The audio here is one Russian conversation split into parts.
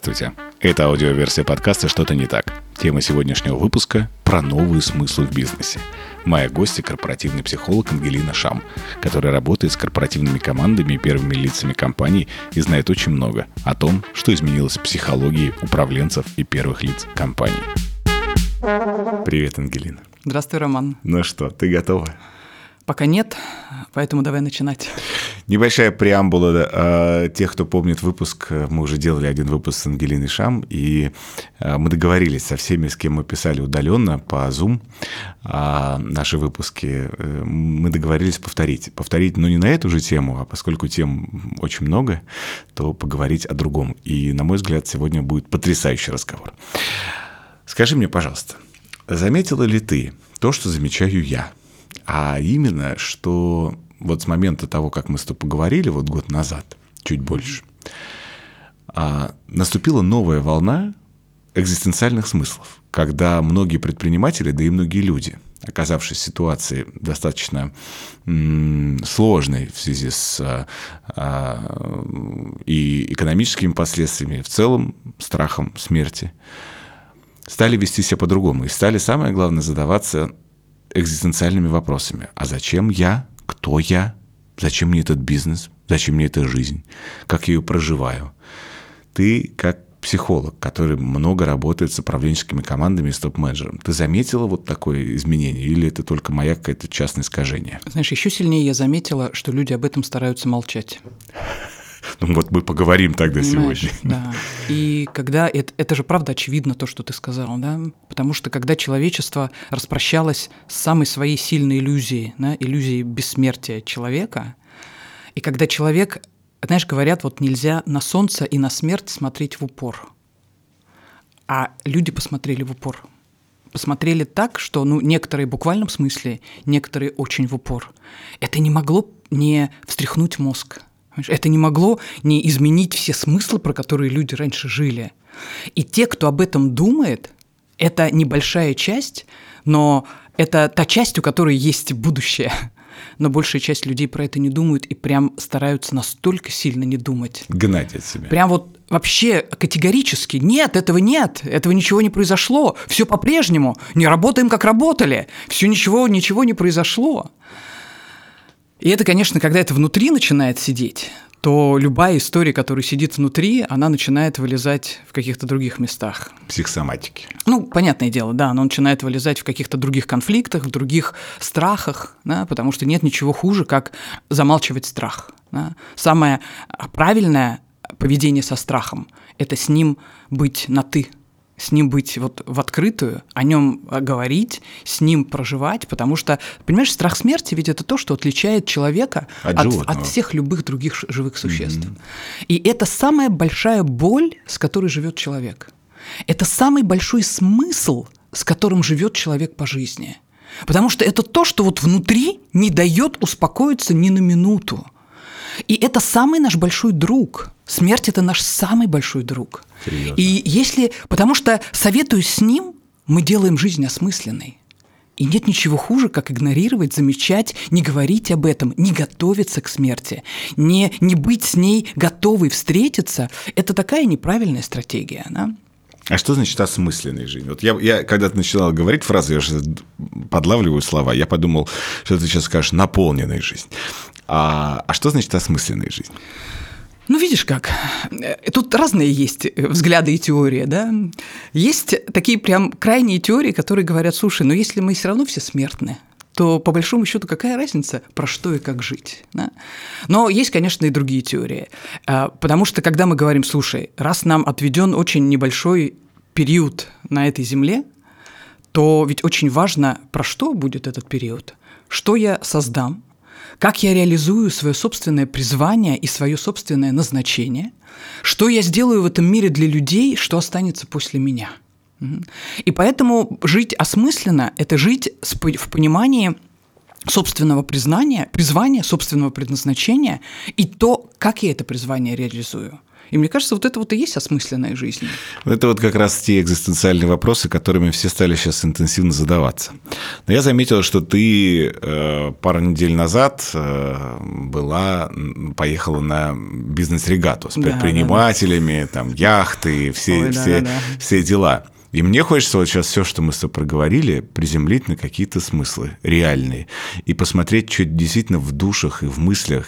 Здравствуйте. Это аудиоверсия подкаста «Что-то не так». Тема сегодняшнего выпуска – про новые смыслы в бизнесе. Моя гостья – корпоративный психолог Ангелина Шам, которая работает с корпоративными командами и первыми лицами компаний и знает очень много о том, что изменилось в психологии управленцев и первых лиц компаний. Привет, Ангелина. Здравствуй, Роман. Ну что, ты готова? Пока нет, поэтому давай начинать. Небольшая преамбула тех, кто помнит выпуск. Мы уже делали один выпуск с Ангелиной Шам, и мы договорились со всеми, с кем мы писали удаленно по Zoom наши выпуски. Мы договорились повторить, но не на эту же тему, а поскольку тем очень много, то поговорить о другом. И, на мой взгляд, сегодня будет потрясающий разговор. Скажи мне, пожалуйста, заметила ли ты то, что замечаю я? А именно, что вот с момента того, как мы с тобой поговорили, вот год назад, чуть больше, наступила новая волна экзистенциальных смыслов, когда многие предприниматели, да и многие люди, оказавшись в ситуации достаточно сложной в связи с и экономическими последствиями, и в целом страхом смерти, стали вести себя по-другому и стали, самое главное, задаваться экзистенциальными вопросами. А зачем я? Кто я? Зачем мне этот бизнес? Зачем мне эта жизнь? Как я ее проживаю? Ты, как психолог, который много работает с управленческими командами и с топ-менеджером, ты заметила вот такое изменение? Или это только моя какое-то частное искажение? Знаешь, еще сильнее я заметила, что люди об этом стараются молчать. Ну вот мы поговорим тогда сегодня. Да. И когда это же правда очевидно то, что ты сказал, да? Потому что когда человечество распрощалось с самой своей сильной иллюзией, да, иллюзией бессмертия человека, и когда человек, знаешь, говорят, вот нельзя на солнце и на смерть смотреть в упор, а люди посмотрели в упор. Посмотрели так, что, некоторые в буквальном смысле, некоторые очень в упор. Это не могло не встряхнуть мозг. Это не могло не изменить все смыслы, про которые люди раньше жили. И те, кто об этом думает, это небольшая часть, но это та часть, у которой есть будущее. Но большая часть людей про это не думают и прям стараются настолько сильно не думать. Гнать от себя. Прям вот вообще категорически нет, этого ничего не произошло, все по-прежнему, не работаем, как работали, все ничего не произошло. И это, конечно, когда это внутри начинает сидеть, то любая история, которая сидит внутри, она начинает вылезать в каких-то других местах. Психосоматики. Понятное дело, да, она начинает вылезать в каких-то других конфликтах, в других страхах, да, потому что нет ничего хуже, как замалчивать страх. Да. Самое правильное поведение со страхом – это с ним быть на «ты». С ним быть вот в открытую, о нем говорить, с ним проживать, потому что, понимаешь, страх смерти ведь это то, что отличает человека от всех любых других живых существ. И это самая большая боль, с которой живет человек. Это самый большой смысл, с которым живет человек по жизни. Потому что это то, что вот внутри не дает успокоиться ни на минуту. И это самый наш большой друг. Смерть – это наш самый большой друг. Серьезно? И потому что, советуясь с ним, мы делаем жизнь осмысленной. И нет ничего хуже, как игнорировать, замечать, не говорить об этом, не готовиться к смерти, не быть с ней готовой встретиться. Это такая неправильная стратегия, да? А что значит осмысленная жизнь? Вот я когда ты начинал говорить фразы, я же подлавливаю слова, я подумал, что ты сейчас скажешь «наполненная жизнь». А что значит осмысленная жизнь? Видишь как, тут разные есть взгляды и теории, да. Есть такие прям крайние теории, которые говорят, слушай, если мы все равно все смертны, то по большому счету какая разница, про что и как жить, да? Но есть, конечно, и другие теории, потому что когда мы говорим, слушай, раз нам отведен очень небольшой период на этой земле, то ведь очень важно, про что будет этот период, что я создам, как я реализую свое собственное призвание и свое собственное назначение, что я сделаю в этом мире для людей, что останется после меня. И поэтому жить осмысленно – это жить в понимании собственного призвания, собственного предназначения и то, как я это призвание реализую. И мне кажется, вот это вот и есть осмысленная жизнь. Это вот как раз те экзистенциальные вопросы, которыми все стали сейчас интенсивно задаваться. Но я заметил, что ты пару недель назад поехала на бизнес-регату с предпринимателями, там, яхты, все дела. И мне хочется вот сейчас все, что мы с тобой проговорили, приземлить на какие-то смыслы реальные и посмотреть, что действительно в душах и в мыслях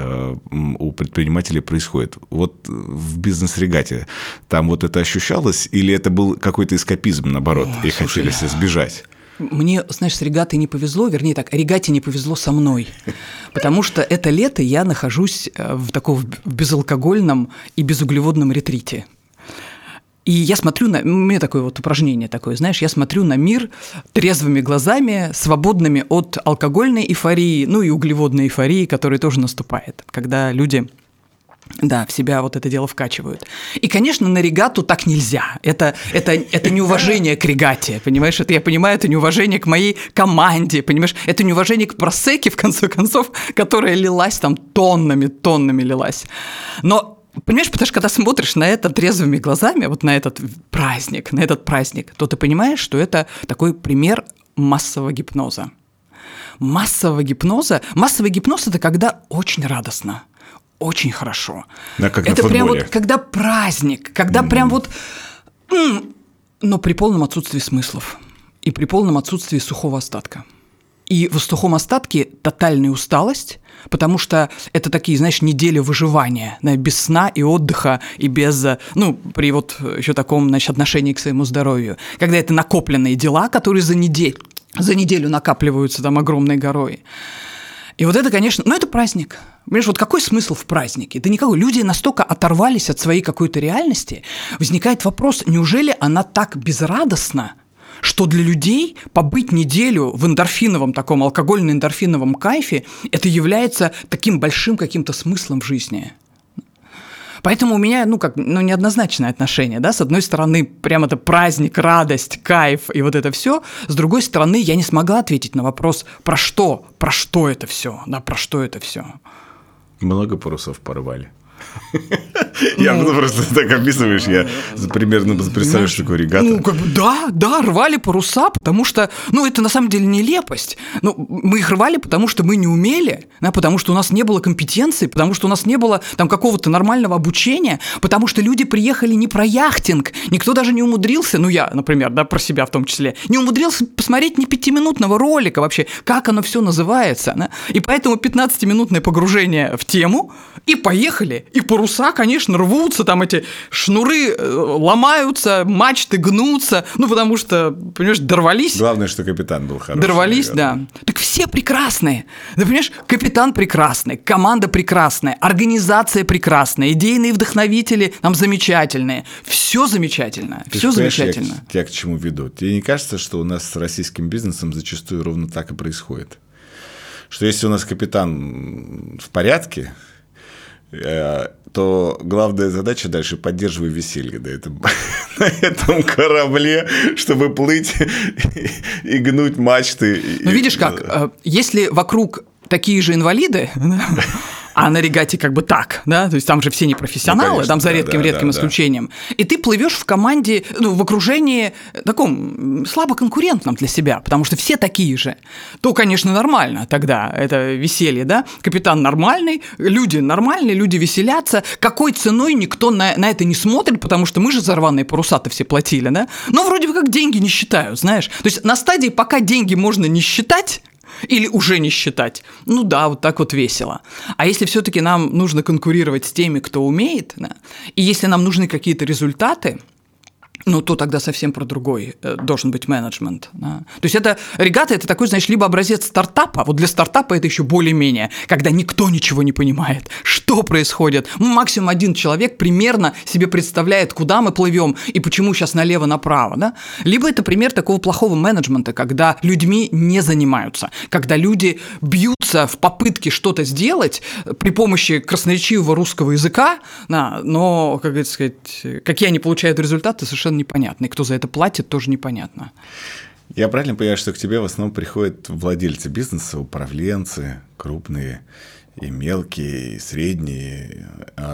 у предпринимателей происходит. Вот в бизнес-регате там вот это ощущалось или это был какой-то эскапизм, наоборот, и хотели сбежать? Мне, знаешь, с регатой не повезло, вернее так, регате не повезло со мной, потому что это лето я нахожусь в таком безалкогольном и безуглеводном ретрите. И я смотрю у меня такое вот упражнение такое, знаешь, я смотрю на мир трезвыми глазами, свободными от алкогольной эйфории, ну и углеводной эйфории, которая тоже наступает, когда люди, в себя вот это дело вкачивают. И, конечно, на регату так нельзя. Это неуважение к регате, понимаешь? Это, я понимаю, это неуважение к моей команде, понимаешь? Это неуважение к просекке, в конце концов, которая лилась там тоннами лилась. Но понимаешь, потому что когда смотришь на это трезвыми глазами, вот на этот праздник, то ты понимаешь, что это такой пример массового гипноза. Массовый гипноз – это когда очень радостно, очень хорошо. Да, как это на прям футболе. вот когда праздник, когда прям вот… Но при полном отсутствии смыслов и при полном отсутствии сухого остатка. И в сухом остатке тотальная усталость, потому что это такие, знаешь, недели выживания, без сна и отдыха, и без, при вот еще таком, значит, отношении к своему здоровью. Когда это накопленные дела, которые за неделю накапливаются там огромной горой. И вот это, конечно, это праздник. Понимаешь, вот какой смысл в празднике? Да никакой. Люди настолько оторвались от своей какой-то реальности, возникает вопрос, неужели она так безрадостна, что для людей побыть неделю в эндорфиновом, таком алкогольно-эндорфиновом кайфе, это является таким большим каким-то смыслом в жизни. Поэтому у меня, неоднозначное отношение, да, с одной стороны, прям это праздник, радость, кайф и вот это все, с другой стороны, я не смогла ответить на вопрос, про что это все, про что это все. Много парусов порвали. Я просто так описываешь, я примерно представляю, что такое регата. Да, рвали паруса, потому что, это на самом деле нелепость. Мы их рвали, потому что мы не умели, потому что у нас не было компетенции, потому что у нас не было там какого-то нормального обучения, потому что люди приехали не про яхтинг, никто даже не умудрился, я, например, про себя в том числе, не умудрился посмотреть ни 5-минутного ролика вообще, как оно все называется. И поэтому 15-минутное погружение в тему, и поехали. И паруса, конечно, рвутся, там эти шнуры ломаются, мачты гнутся, потому что, понимаешь, дорвались. Главное, что капитан был хороший. Дорвались, наверное. Да. Так все прекрасные. Ты понимаешь, капитан прекрасный, команда прекрасная, организация прекрасная, идейные вдохновители там замечательные. Все замечательно, все замечательно. Я к чему веду? Тебе не кажется, что у нас с российским бизнесом зачастую ровно так и происходит? Что если у нас капитан в порядке, то главная задача дальше поддерживать веселье на этом корабле, чтобы плыть и гнуть мачты. Видишь как, если вокруг такие же инвалиды, а на регате как бы так, да, то есть там же все не профессионалы, конечно, там за редким исключением, и ты плывешь в команде, в окружении таком слабоконкурентном для себя, потому что все такие же, то, конечно, нормально тогда это веселье, да, капитан нормальный, люди нормальные, люди веселятся, какой ценой никто на это не смотрит, потому что мы же за рваные паруса-то все платили, да, но вроде бы как деньги не считают, знаешь, то есть на стадии, пока деньги можно не считать, или уже не считать. Вот так вот весело. А если все-таки нам нужно конкурировать с теми, кто умеет, да, и если нам нужны какие-то результаты, то тогда совсем про другой должен быть менеджмент. Да. То есть регата – это такой, знаешь, либо образец стартапа, вот для стартапа это еще более-менее, когда никто ничего не понимает, что происходит. Максимум один человек примерно себе представляет, куда мы плывем и почему сейчас налево-направо. Да. Либо это пример такого плохого менеджмента, когда людьми не занимаются, когда люди бьются в попытке что-то сделать при помощи красноречивого русского языка, да, но, как сказать, какие они получают результаты, совершенно непонятно. И кто за это платит, тоже непонятно. Я правильно понимаю, что к тебе в основном приходят владельцы бизнеса, управленцы, крупные и мелкие, и средние.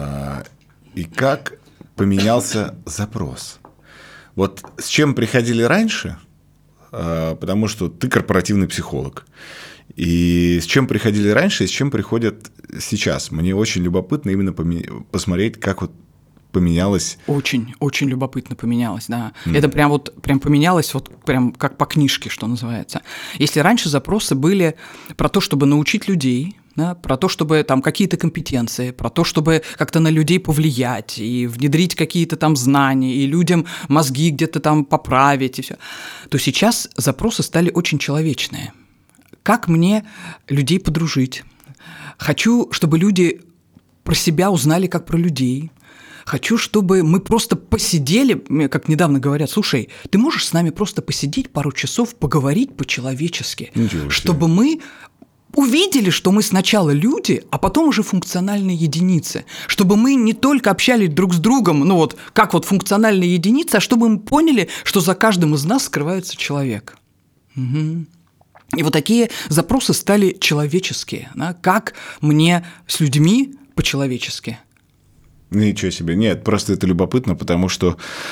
И как поменялся запрос? Вот с чем приходили раньше, потому что ты корпоративный психолог, и с чем приходили раньше, и с чем приходят сейчас? Мне очень любопытно именно посмотреть, как вот поменялось. Очень, очень любопытно поменялось, да. Это прям поменялось прям как по книжке, что называется. Если раньше запросы были про то, чтобы научить людей, да, про то, чтобы там какие-то компетенции, про то, чтобы как-то на людей повлиять и внедрить какие-то там знания, и людям мозги где-то там поправить, и все, то сейчас запросы стали очень человечные. Как мне людей подружить? Хочу, чтобы люди про себя узнали, как про людей. Хочу, чтобы мы просто посидели, как недавно говорят, слушай, ты можешь с нами просто посидеть пару часов, поговорить по-человечески, чтобы мы увидели, что мы сначала люди, а потом уже функциональные единицы, чтобы мы не только общались друг с другом, как функциональные единицы, а чтобы мы поняли, что за каждым из нас скрывается человек. Угу. И вот такие запросы стали человеческие, да? Как мне с людьми по-человечески. Ничего себе. Нет, просто это любопытно, потому что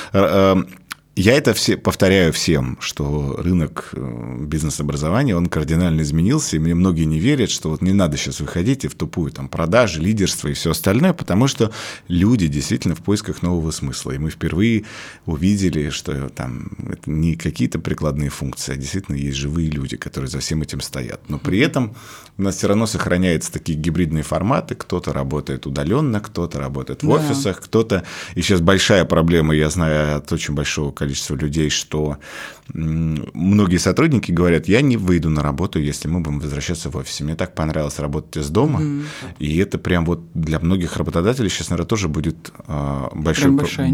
я это повторяю всем, что рынок бизнес-образования, он кардинально изменился, и мне многие не верят, что вот не надо сейчас выходить и в тупую там продажи, лидерство и все остальное, потому что люди действительно в поисках нового смысла. И мы впервые увидели, что там это не какие-то прикладные функции, а действительно есть живые люди, которые за всем этим стоят. Но при этом у нас все равно сохраняются такие гибридные форматы. Кто-то работает удаленно, кто-то работает в офисах, кто-то... И сейчас большая проблема, я знаю от очень большого количество людей, что многие сотрудники говорят, я не выйду на работу, если мы будем возвращаться в офисе. Мне так понравилось работать из дома, и это прям вот для многих работодателей сейчас, наверное, тоже будет большой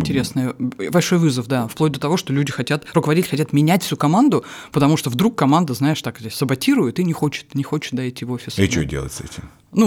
вызов, да, вплоть до того, что руководители хотят менять всю команду, потому что вдруг команда, знаешь, так саботирует и не хочет идти в офис. И что делать с этим?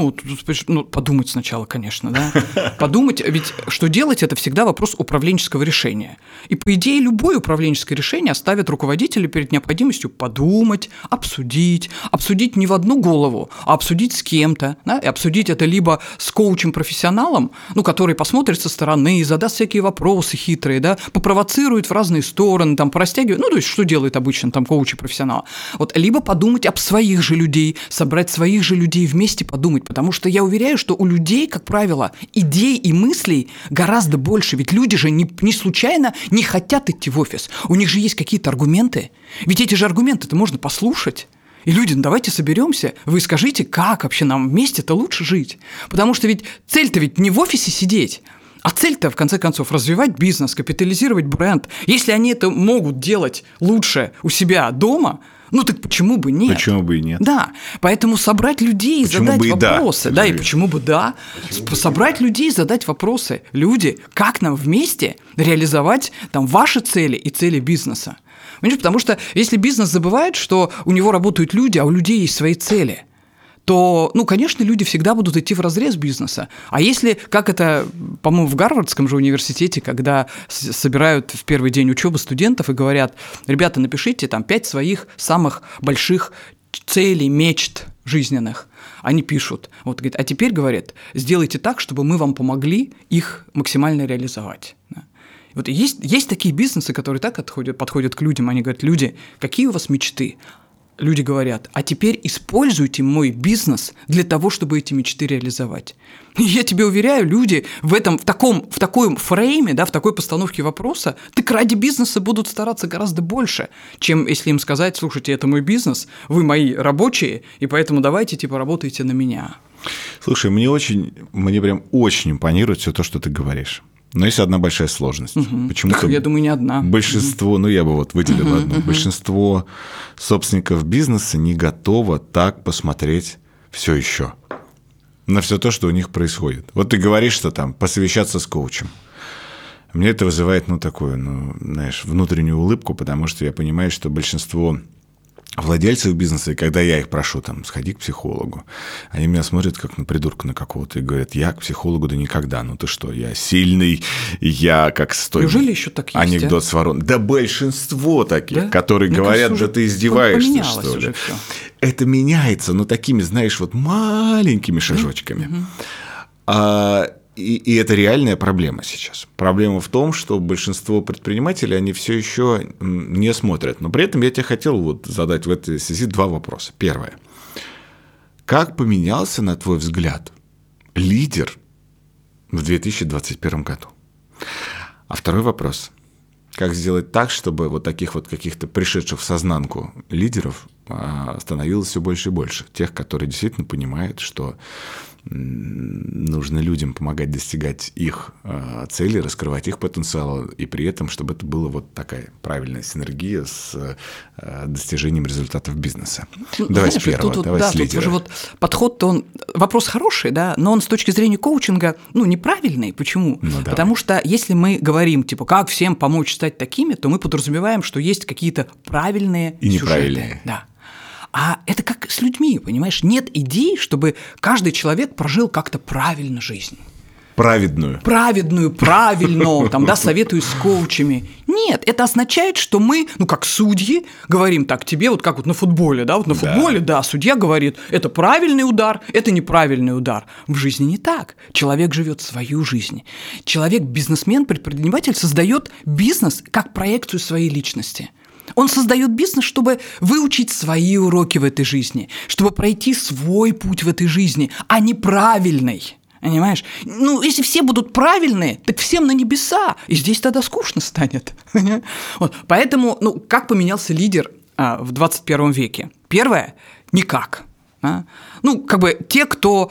Подумать сначала, конечно, да. Подумать, ведь что делать – это всегда вопрос управленческого решения. И, по идее, любое управленческое решение ставит руководителя перед необходимостью подумать, обсудить не в одну голову, а обсудить с кем-то. Да? И обсудить это либо с коучем-профессионалом, который посмотрит со стороны, задаст всякие вопросы хитрые, да, попровоцирует в разные стороны, там, порастягивает, то есть, что делает обычно там коуч-профессионал. Либо подумать об своих же людей, собрать своих же людей вместе, подумать. Потому что я уверяю, что у людей, как правило, идей и мыслей гораздо больше. Ведь люди же не случайно не хотят идти в офис. У них же есть какие-то аргументы. Ведь эти же аргументы-то можно послушать. И люди, давайте соберемся, вы скажите, как вообще нам вместе-то лучше жить. Потому что ведь цель-то ведь не в офисе сидеть, а цель-то, в конце концов, развивать бизнес, капитализировать бренд. Если они это могут делать лучше у себя дома, так почему бы нет? Почему бы и нет? Да, поэтому собрать людей и задать вопросы. Да, и почему бы да? Собрать людей и задать вопросы. Люди, как нам вместе реализовать там ваши цели и цели бизнеса? Понимаешь, потому что если бизнес забывает, что у него работают люди, а у людей есть свои цели, то, конечно, люди всегда будут идти вразрез бизнеса. А если, как это, по-моему, в Гарвардском же университете, когда собирают в первый день учебы студентов и говорят, ребята, напишите там 5 своих самых больших целей, мечт жизненных. Они пишут, говорит, а теперь, говорят, сделайте так, чтобы мы вам помогли их максимально реализовать. Есть такие бизнесы, которые так подходят к людям, они говорят, люди, какие у вас мечты? Люди говорят, а теперь используйте мой бизнес для того, чтобы эти мечты реализовать. И я тебе уверяю, люди в таком фрейме, да, в такой постановке вопроса, так ради бизнеса будут стараться гораздо больше, чем если им сказать, слушайте, это мой бизнес, вы мои рабочие, и поэтому давайте, работайте на меня. Слушай, мне прям очень импонирует все то, что ты говоришь. Но есть одна большая сложность. Почему-то я думаю, не одна. Большинство, я бы выделил одну. Большинство собственников бизнеса не готово так посмотреть все еще на все то, что у них происходит. Вот ты говоришь, что там посовещаться с коучем. Мне это вызывает, такую, знаешь, внутреннюю улыбку, потому что я понимаю, что большинство владельцев бизнеса, и когда я их прошу, сходи к психологу, они меня смотрят как на придурка на какого-то и говорят, я к психологу да никогда, ну ты что, я сильный, я как стой. Неужели еще так есть? Анекдот с ворон. Да большинство таких, да? Которые мне говорят, кажется, да ты издеваешься, что ли. Это меняется, но такими, знаешь, вот маленькими шажочками. И это реальная проблема сейчас. Проблема в том, что большинство предпринимателей, они все еще не смотрят. Но при этом я тебе хотел задать в этой связи два вопроса. Первое. Как поменялся, на твой взгляд, лидер в 2021 году? А второй вопрос. Как сделать так, чтобы вот таких вот каких-то пришедших в сознанку лидеров становилось все больше и больше? Тех, которые действительно понимают, что нужно людям помогать достигать их целей, раскрывать их потенциал, и при этом, чтобы это была вот такая правильная синергия с достижением результатов бизнеса. Давай с первого, давай с лидера. Тут вот подход-то он, вопрос хороший, да, но он с точки зрения коучинга, неправильный. Почему? Потому что если мы говорим, как всем помочь стать такими, то мы подразумеваем, что есть какие-то правильные и сюжеты. Неправильные. Да. А это как с людьми, понимаешь? Нет идей, чтобы каждый человек прожил как-то правильно жизнь. Праведную, советуюсь с коучами. Нет, это означает, что мы, как судьи, говорим так тебе, вот как вот на футболе, да, футболе, судья говорит, это правильный удар, это неправильный удар. В жизни не так. Человек живет свою жизнь. Человек, бизнесмен, предприниматель создает бизнес как проекцию своей личности. Он создает бизнес, чтобы выучить свои уроки в этой жизни, чтобы пройти свой путь в этой жизни, а не правильный. Понимаешь? Если все будут правильные, так всем на небеса, и здесь тогда скучно станет. Поэтому, как поменялся лидер в 21 веке? Первое – никак. Те, кто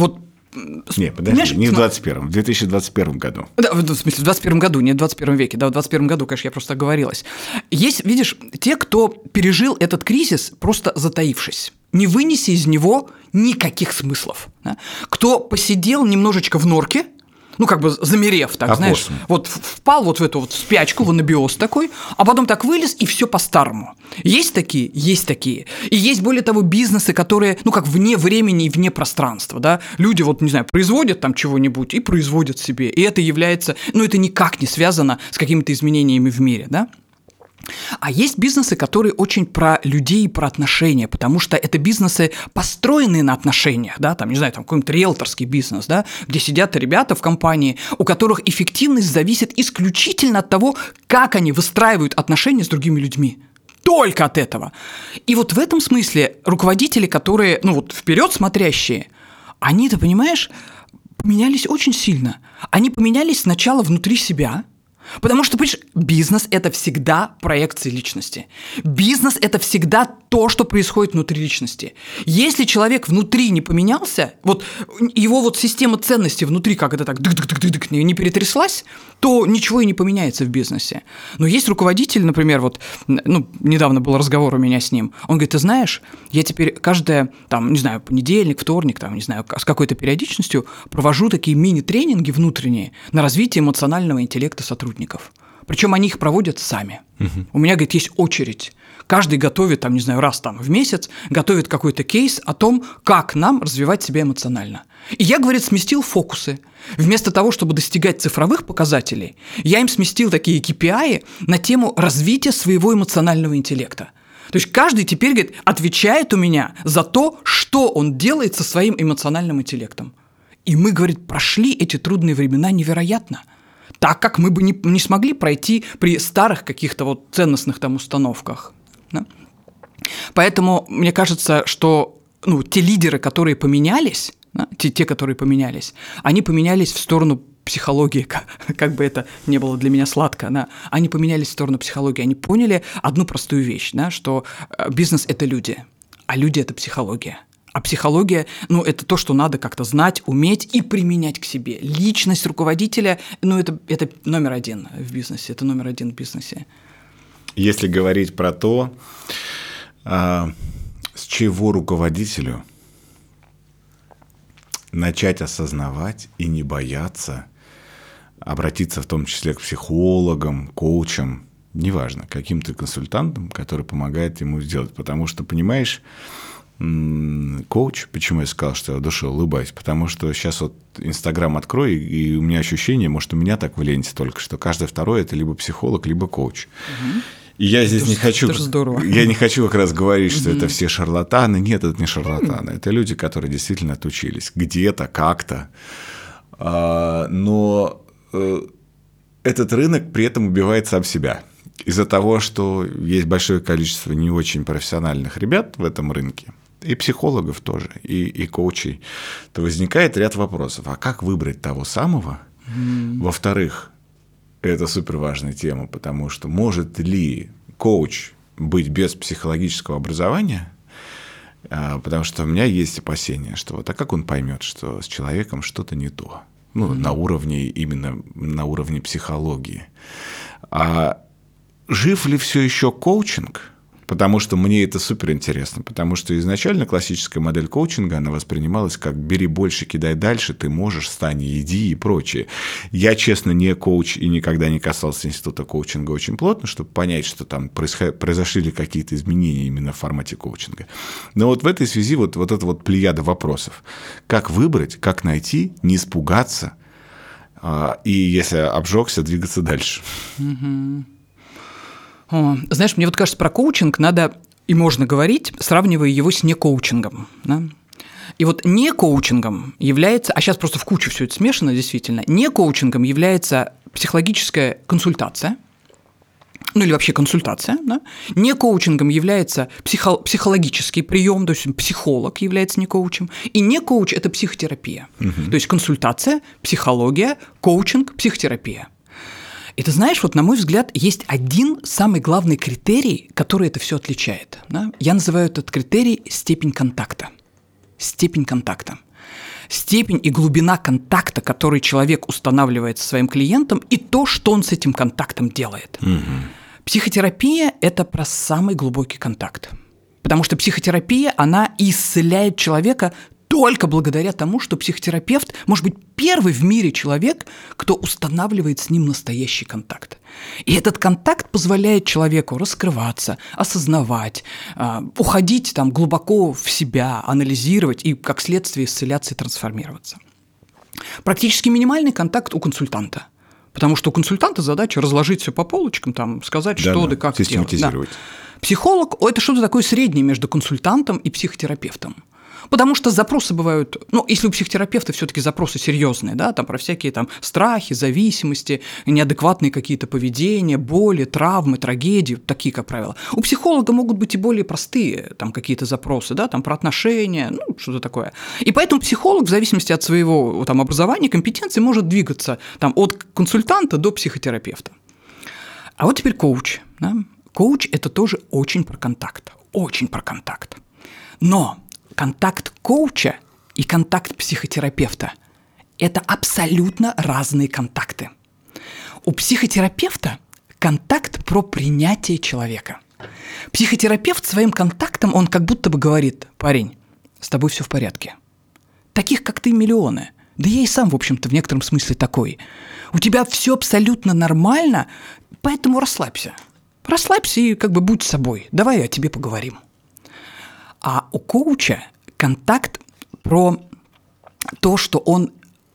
Не, подожди, не в 21-м, в 2021 году. Да, в смысле, в 21 году, не в 21 веке, да, в 21 году, конечно, я просто оговорилась. Есть, видишь, те, кто пережил этот кризис, просто затаившись, не вынеся из него никаких смыслов. Да? Кто посидел немножечко в норке, замерев, так, знаешь, впал в эту спячку, в анабиоз такой, а потом так вылез, и все по-старому. Есть такие? Есть такие. И есть, более того, бизнесы, которые, вне времени и вне пространства, да, люди, производят там чего-нибудь и производят себе, и это является, это никак не связано с какими-то изменениями в мире, да. А есть бизнесы, которые очень про людей и про отношения, потому что это бизнесы, построенные на отношениях, да, какой-нибудь риэлторский бизнес, да, где сидят ребята в компании, у которых эффективность зависит исключительно от того, как они выстраивают отношения с другими людьми. Только от этого. И в этом смысле руководители, которые, вперед смотрящие, они, ты понимаешь, поменялись очень сильно. Они поменялись сначала внутри себя. Потому что, понимаешь, бизнес – это всегда проекция личности. Бизнес – это всегда то, что происходит внутри личности. Если человек внутри не поменялся, его система ценностей внутри как-то так не перетряслась, то ничего и не поменяется в бизнесе. Но есть руководитель, например, недавно был разговор у меня с ним, он говорит, ты знаешь, я теперь каждое, понедельник, вторник, с какой-то периодичностью провожу такие мини-тренинги внутренние на развитие эмоционального интеллекта сотрудников. Причем они их проводят сами. У меня, говорит, есть очередь. Каждый готовит, раз в месяц, готовит какой-то кейс о том, как нам развивать себя эмоционально. И я, говорит, сместил фокусы. Вместо того, чтобы достигать цифровых показателей, я им сместил такие KPI на тему развития своего эмоционального интеллекта. То есть каждый теперь, говорит, отвечает у меня за то, что он делает со своим эмоциональным интеллектом. И мы, говорит, прошли эти трудные времена невероятно. Так, как мы бы не смогли пройти при старых каких-то ценностных установках. Да? Поэтому мне кажется, что те лидеры, которые поменялись, да, те, которые поменялись, они поменялись в сторону психологии, как бы это не было для меня сладко, да, они поменялись в сторону психологии, они поняли одну простую вещь, да, что бизнес – это люди, а люди – это психология. А психология, это то, что надо как-то знать, уметь и применять к себе. Личность руководителя, это номер один в бизнесе, это номер один в бизнесе. Если говорить про то, с чего руководителю начать осознавать и не бояться обратиться в том числе к психологам, коучам, неважно, каким-то консультантом, который помогает ему сделать. Потому что, понимаешь, коуч, почему я сказал, что я в душе улыбаюсь, потому что сейчас вот Инстаграм открой, и у меня ощущение, может, у меня так в ленте только, что каждый второй – это либо психолог, либо коуч. И я здесь не хочу, я не хочу как раз говорить, что это все шарлатаны. Нет, это не шарлатаны. Это люди, которые действительно отучились где-то, как-то. Но этот рынок при этом убивает сам себя. Из-за того, что есть большое количество не очень профессиональных ребят в этом рынке, и психологов тоже, и коучей, то возникает ряд вопросов. А как выбрать того самого? Во-вторых, это суперважная тема, потому что может ли коуч быть без психологического образования? Потому что у меня есть опасения, что вот, а как он поймет, что с человеком что-то не то? На уровне, именно на уровне психологии. А жив ли все еще коучинг? Потому что мне это суперинтересно. Потому что изначально классическая модель коучинга, она воспринималась как «бери больше, кидай дальше, ты можешь, встань, иди» и прочее. Я, честно, не коуч и никогда не касался института коучинга очень плотно, чтобы понять, что там произошли ли какие-то изменения именно в формате коучинга. Но вот в этой связи вот эта вот плеяда вопросов. Как выбрать, как найти, не испугаться, и, если обжегся, двигаться дальше. Знаешь, мне вот кажется, про коучинг надо и можно говорить, сравнивая его с некоучингом. Да? И вот некоучингом является, а сейчас просто в кучу все это смешано, действительно, некоучингом является психологическая консультация, или вообще консультация. Да? Некоучингом является психологический прием, то есть психолог является некоучем, и некоуч – это психотерапия. То есть консультация, психология, коучинг, психотерапия. И ты знаешь, вот на мой взгляд, есть один самый главный критерий, который это все отличает. Да? Я называю этот критерий степень контакта. Степень контакта. Степень и глубина контакта, который человек устанавливает со своим клиентом, и то, что он с этим контактом делает. Психотерапия – это про самый глубокий контакт. Потому что психотерапия, она исцеляет человека только благодаря тому, что психотерапевт может быть первый в мире человек, кто устанавливает с ним настоящий контакт. И этот контакт позволяет человеку раскрываться, осознавать, уходить там глубоко в себя, анализировать и, как следствие, исцеляться и трансформироваться. Практически минимальный контакт у консультанта. Потому что у консультанта задача разложить все по полочкам, там, сказать, что да как систематизировать. Да. Психолог – это что-то такое среднее между консультантом и психотерапевтом. Потому что запросы бывают, если у психотерапевта все-таки запросы серьезные, да, там про всякие там страхи, зависимости, неадекватные какие-то поведения, боли, травмы, трагедии, такие, как правило. У психолога могут быть и более простые там какие-то запросы, да, там про отношения, что-то такое. И поэтому психолог в зависимости от своего там образования, компетенции может двигаться там от консультанта до психотерапевта. А вот теперь коуч. Да? Коуч – это тоже очень про контакт, очень про контакт. Но контакт коуча и контакт психотерапевта – это абсолютно разные контакты. У психотерапевта контакт про принятие человека. Психотерапевт своим контактом, он как будто бы говорит: парень, с тобой все в порядке. Таких, как ты, миллионы. Да я и сам, в общем-то, в некотором смысле такой. У тебя все абсолютно нормально, поэтому расслабься. Расслабься и как бы будь собой. Давай о тебе поговорим. А у коуча контакт про то, что он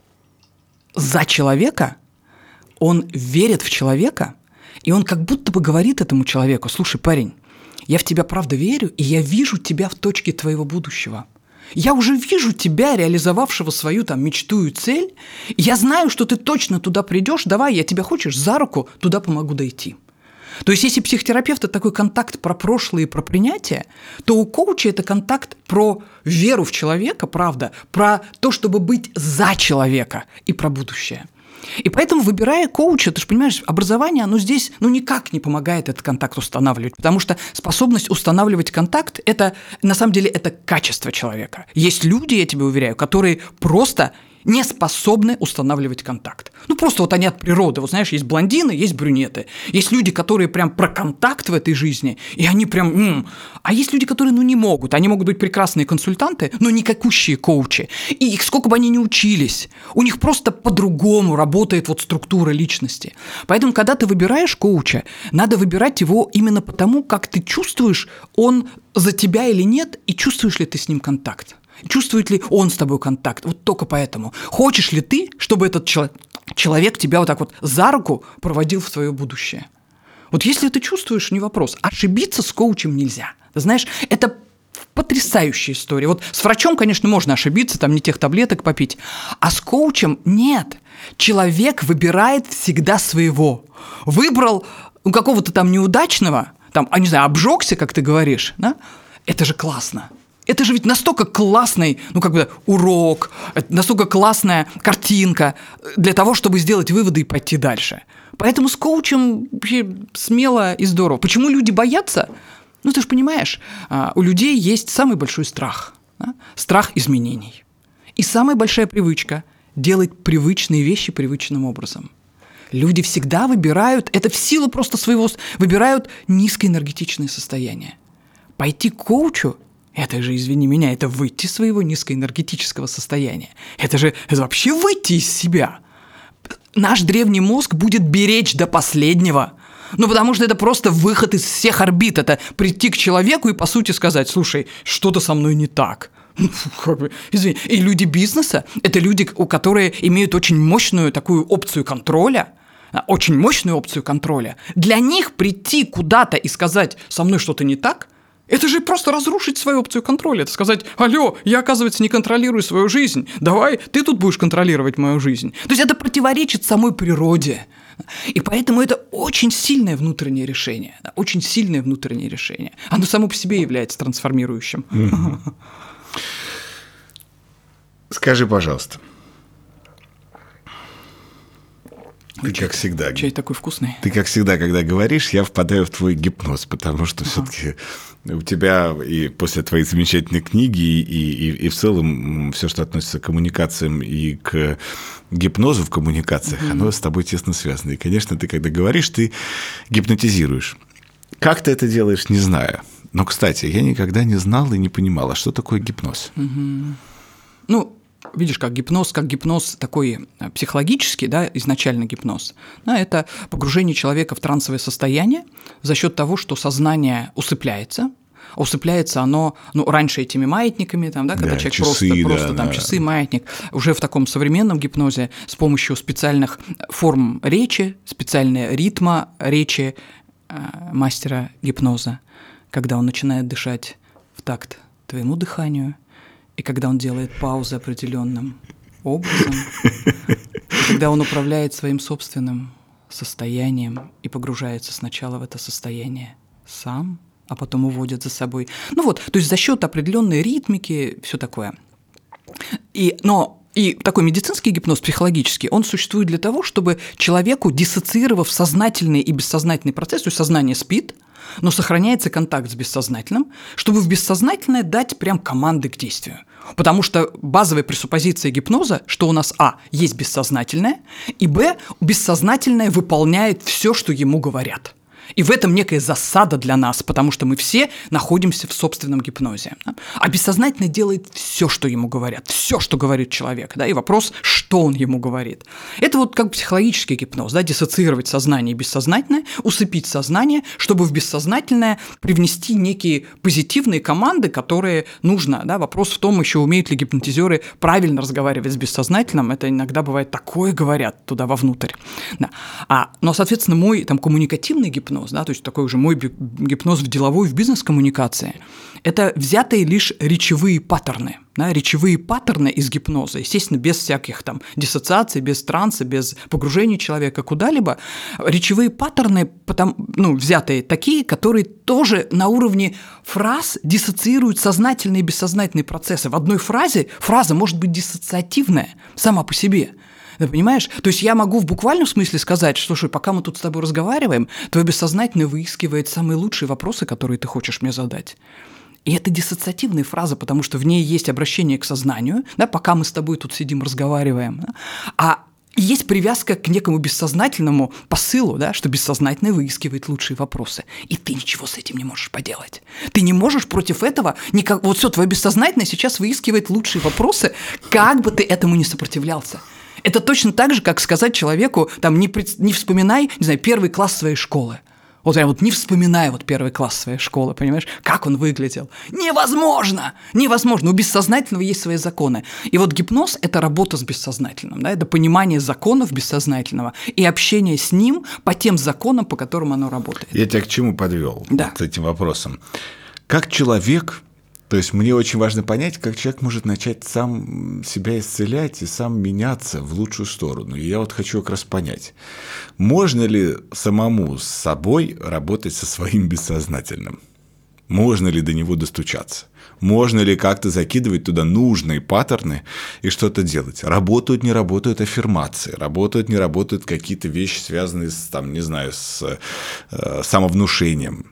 за человека, он верит в человека, и он как будто бы говорит этому человеку: слушай, парень, я в тебя правда верю, и я вижу тебя в точке твоего будущего. Я уже вижу тебя, реализовавшего свою там мечту и цель, и я знаю, что ты точно туда придешь, давай, я тебя хочешь за руку, туда помогу дойти. То есть, если психотерапевт – это такой контакт про прошлое и про принятие, то у коуча это контакт про веру в человека, правда, про то, чтобы быть за человека и про будущее. И поэтому, выбирая коуча, ты же понимаешь, образование, оно здесь никак не помогает этот контакт устанавливать, потому что способность устанавливать контакт – это, на самом деле, это качество человека. Есть люди, я тебе уверяю, которые просто не способны устанавливать контакт. Ну, просто вот они от природы. Вот знаешь, есть блондины, есть брюнеты. Есть люди, которые прям про контакт в этой жизни, и они прям... А есть люди, которые, не могут. Они могут быть прекрасные консультанты, но никакущие коучи. И сколько бы они ни учились, у них просто по-другому работает вот структура личности. Поэтому, когда ты выбираешь коуча, надо выбирать его именно потому, как ты чувствуешь, он за тебя или нет, и чувствуешь ли ты с ним контакт. Чувствует ли он с тобой контакт? Вот только поэтому. Хочешь ли ты, чтобы этот человек тебя вот так вот за руку проводил в твое будущее? Вот если ты чувствуешь, не вопрос. Ошибиться с коучем нельзя. Ты знаешь, это потрясающая история. Вот с врачом, конечно, можно ошибиться, там не тех таблеток попить, а с коучем нет. Человек выбирает всегда своего. Выбрал какого-то там неудачного, там, не знаю, обжегся, как ты говоришь, да? Это же классно. Это же ведь настолько классный, урок, настолько классная картинка для того, чтобы сделать выводы и пойти дальше. Поэтому с коучем вообще смело и здорово. Почему люди боятся? Ты же понимаешь, у людей есть самый большой страх. Да? Страх изменений. И самая большая привычка – делать привычные вещи привычным образом. Люди всегда выбирают, это в силу просто своего, выбирают низкоэнергетичное состояние. Пойти к коучу – это же, извини меня, это выйти из своего низкоэнергетического состояния. Это вообще выйти из себя. Наш древний мозг будет беречь до последнего. Потому что это просто выход из всех орбит. Это прийти к человеку и, по сути, сказать: слушай, что-то со мной не так. Извини. И люди бизнеса – это люди, которые имеют очень мощную такую опцию контроля, очень мощную опцию контроля. Для них прийти куда-то и сказать: со мной что-то не так – это же просто разрушить свою опцию контроля. Это сказать: алло, я, оказывается, не контролирую свою жизнь. Давай, ты тут будешь контролировать мою жизнь. То есть это противоречит самой природе. И поэтому это очень сильное внутреннее решение. Очень сильное внутреннее решение. Оно само по себе является трансформирующим. Скажи, пожалуйста. Ты как всегда. Чай такой вкусный. Ты как всегда, когда говоришь, я впадаю в твой гипноз, потому что все-таки у тебя и после твоей замечательной книги, и в целом все, что относится к коммуникациям и к гипнозу в коммуникациях, оно с тобой тесно связано. И, конечно, ты, когда говоришь, ты гипнотизируешь. Как ты это делаешь, не знаю. Но, кстати, я никогда не знал и не понимал, а что такое гипноз? Видишь, как гипноз такой психологический, да, изначально гипноз, да, это погружение человека в трансовое состояние за счет того, что сознание усыпляется. Усыпляется оно, раньше этими маятниками, там, да, когда человек часы, просто там часы, маятник, уже в таком современном гипнозе с помощью специальных форм речи, специального ритма речи мастера гипноза, когда он начинает дышать в такт твоему дыханию, и когда он делает паузы определенным образом, когда он управляет своим собственным состоянием и погружается сначала в это состояние сам, а потом уводит за собой. То есть за счет определенной ритмики, все такое. И такой медицинский гипноз, психологический, он существует для того, чтобы человеку, диссоциировав сознательный и бессознательный процесс, то есть сознание спит, но сохраняется контакт с бессознательным, чтобы в бессознательное дать прям команды к действию. Потому что базовая пресуппозиция гипноза, что у нас есть бессознательное, и бессознательное выполняет все, что ему говорят. И в этом некая засада для нас, потому что мы все находимся в собственном гипнозе. А бессознательное делает все, что ему говорят, все, что говорит человек. Да? И вопрос, что он ему говорит. Это как психологический гипноз, да? Диссоциировать сознание и бессознательное, усыпить сознание, чтобы в бессознательное привнести некие позитивные команды, которые нужно. Да? Вопрос в том, еще умеют ли гипнотизеры правильно разговаривать с бессознательным. Это иногда бывает такое говорят туда вовнутрь. Да. Но, соответственно, мой коммуникативный гипноз, да, то есть такой уже мой гипноз в деловой, в бизнес-коммуникации, это взятые лишь речевые паттерны. Да, речевые паттерны из гипноза, естественно, без всяких там диссоциаций, без транса, без погружения человека куда-либо. Речевые паттерны, взятые такие, которые тоже на уровне фраз диссоциируют сознательные и бессознательные процессы. В одной фразе фраза может быть диссоциативная сама по себе. Ты понимаешь? То есть я могу в буквальном смысле сказать, что, слушай, пока мы тут с тобой разговариваем, твое бессознательное выискивает самые лучшие вопросы, которые ты хочешь мне задать. И это диссоциативная фраза, потому что в ней есть обращение к сознанию, да, пока мы с тобой тут сидим, разговариваем, да, а есть привязка к некому бессознательному посылу, да, что бессознательное выискивает лучшие вопросы, и ты ничего с этим не можешь поделать. Ты не можешь против этого никак. Вот все, твое бессознательное сейчас выискивает лучшие вопросы, как бы ты этому не сопротивлялся. Это точно так же, как сказать человеку, там, не вспоминай, не знаю, первый класс своей школы. Вот прям вот не вспоминая вот первый класс своей школы, понимаешь, как он выглядел. Невозможно! Невозможно! У бессознательного есть свои законы. И вот гипноз – это работа с бессознательным, да, это понимание законов бессознательного и общение с ним по тем законам, по которым оно работает. Я тебя к чему подвел да. вот этим вопросом? Как человек… То есть мне очень важно понять, как человек может начать сам себя исцелять и сам меняться в лучшую сторону. И я вот хочу как раз понять, можно ли самому с собой работать со своим бессознательным? Можно ли до него достучаться? Можно ли как-то закидывать туда нужные паттерны и что-то делать? Работают, не работают аффирмации, работают, не работают какие-то вещи, связанные с, там, не знаю, с самовнушением.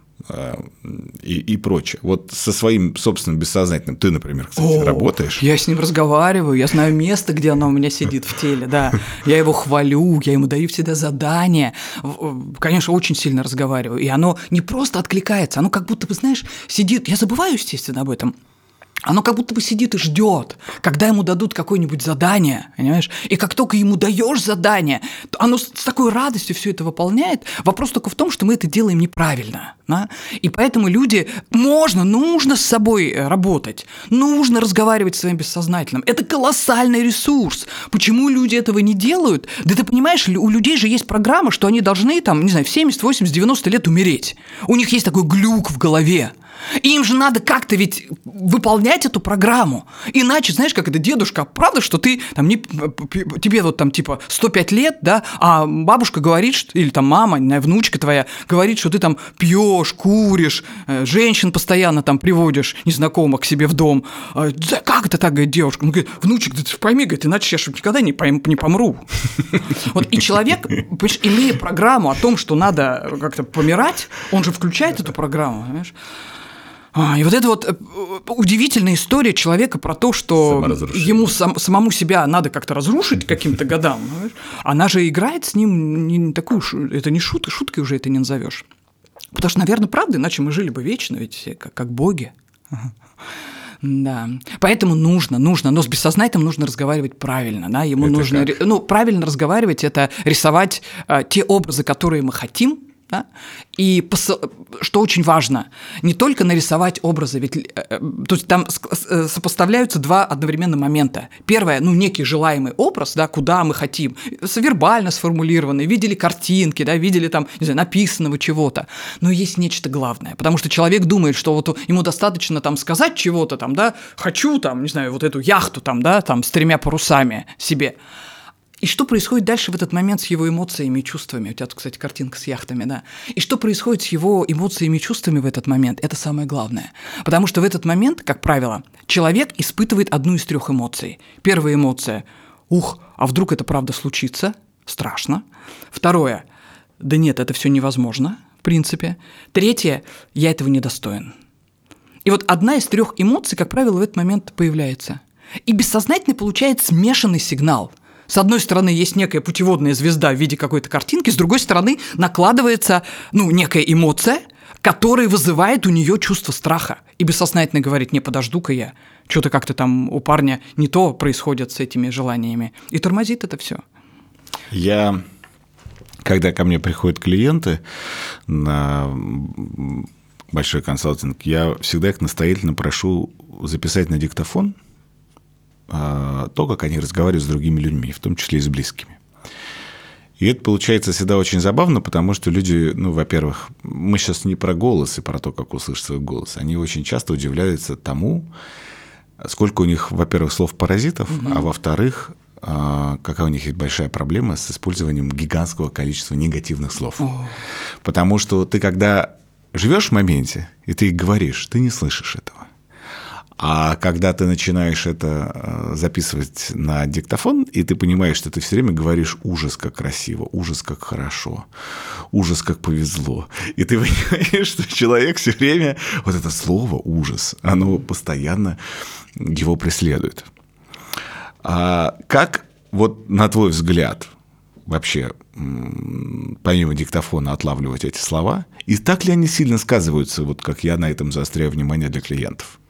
И прочее. Вот со своим собственным бессознательным ты, например, кстати, работаешь? Я с ним разговариваю, я знаю место, где оно у меня сидит в теле, да. Я его хвалю, я ему даю всегда задания. Конечно, очень сильно разговариваю. И оно не просто откликается, оно как будто бы, знаешь, сидит. Я забываю, естественно, об этом. Оно как будто бы сидит и ждет, когда ему дадут какое-нибудь задание, понимаешь? И как только ему даешь задание, оно с такой радостью все это выполняет. Вопрос только в том, что мы это делаем неправильно. Да? И поэтому нужно с собой работать, нужно разговаривать с своим бессознательным. Это колоссальный ресурс. Почему люди этого не делают? Да ты понимаешь, у людей же есть программа, что они должны, там, не знаю, в 70, 80, 90 лет умереть. У них есть такой глюк в голове. И им же надо как-то ведь выполнять эту программу. Иначе, знаешь, как это, дедушка, правда, что ты там тебе вот там типа 105 лет, да, а бабушка говорит, что, или там мама, внучка твоя говорит, что ты там пьешь, куришь, женщин постоянно там приводишь незнакомых к себе в дом. Да как это так, говорит девушка? Он говорит, внучек, да ты пойми, говорит, иначе я никогда не помру. Вот и человек, имея программу о том, что надо как-то помирать, он же включает эту программу, понимаешь? И вот это вот удивительная история человека про то, что ему самому себя надо как-то разрушить каким-то годам. Она же играет с ним не такую, это не шутка, шуткой уже это не назовешь. Потому что, наверное, правда, иначе мы жили бы вечно, ведь все как боги. Да, поэтому нужно, но с бессознательным нужно разговаривать правильно, да, ему это нужно, правильно разговаривать – это рисовать те образы, которые мы хотим. Да? И что очень важно, не только нарисовать образы, ведь то есть там сопоставляются два одновременно момента. Первое, некий желаемый образ, да, куда мы хотим, вербально сформулированный, видели картинки, да, видели там, не знаю, написанного чего-то. Но есть нечто главное, потому что человек думает, что вот ему достаточно там сказать чего-то там, да, хочу там, не знаю, вот эту яхту там, да, там с 3 парусами себе. И что происходит дальше в этот момент с его эмоциями и чувствами? У тебя тут, кстати, картинка с яхтами, да. И что происходит с его эмоциями и чувствами в этот момент? Это самое главное. Потому что в этот момент, как правило, человек испытывает одну из 3 эмоций. Первая эмоция – а вдруг это правда случится? Страшно. Второе – да нет, это все невозможно, в принципе. Третье – я этого не достоин. И вот одна из 3 эмоций, как правило, в этот момент появляется. И бессознательно получает смешанный сигнал. С одной стороны, есть некая путеводная звезда в виде какой-то картинки, с другой стороны, накладывается, некая эмоция, которая вызывает у нее чувство страха. И бессознательно говорит, не, подожду-ка я, что-то как-то там у парня не то происходит с этими желаниями. И тормозит это все. Когда ко мне приходят клиенты на большой консалтинг, я всегда их настоятельно прошу записать на диктофон то, как они разговаривают с другими людьми, в том числе и с близкими. И это получается всегда очень забавно, потому что люди, во-первых, мы сейчас не про голос и про то, как услышать свой голос, они очень часто удивляются тому, сколько у них, во-первых, слов-паразитов, а во-вторых, какая у них есть большая проблема с использованием гигантского количества негативных слов. Потому что ты, когда живешь в моменте, и ты говоришь, ты не слышишь этого. А когда ты начинаешь это записывать на диктофон, и ты понимаешь, что ты все время говоришь ужас, как красиво, ужас, как хорошо, ужас, как повезло. И ты понимаешь, что человек все время, вот это слово ужас, оно постоянно его преследует. А как, вот на твой взгляд, вообще, помимо диктофона, отлавливать эти слова, и так ли они сильно сказываются, вот как я на этом заостряю внимание для клиентов?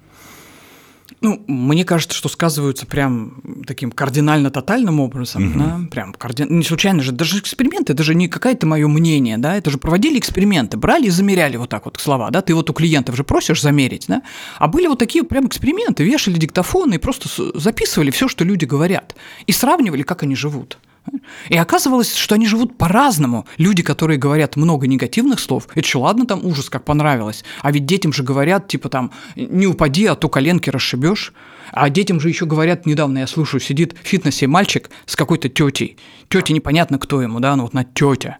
Ну, мне кажется, что сказываются прям таким кардинально-тотальным образом, да, прям не случайно же, даже эксперименты, это же не какое-то мое мнение, да, это же проводили эксперименты, брали и замеряли вот так вот слова, да, ты вот у клиентов же просишь замерить, да, а были вот такие прям эксперименты, вешали диктофоны и просто записывали все, что люди говорят, и сравнивали, как они живут. И оказывалось, что они живут по-разному. Люди, которые говорят много негативных слов, это что, ладно, там ужас, как понравилось. А ведь детям же говорят, типа там, не упади, а то коленки расшибешь. А детям же еще говорят, недавно я слушаю, сидит в фитнесе мальчик с какой-то тетей. Тетя непонятно, кто ему, да, ну вот на тетя.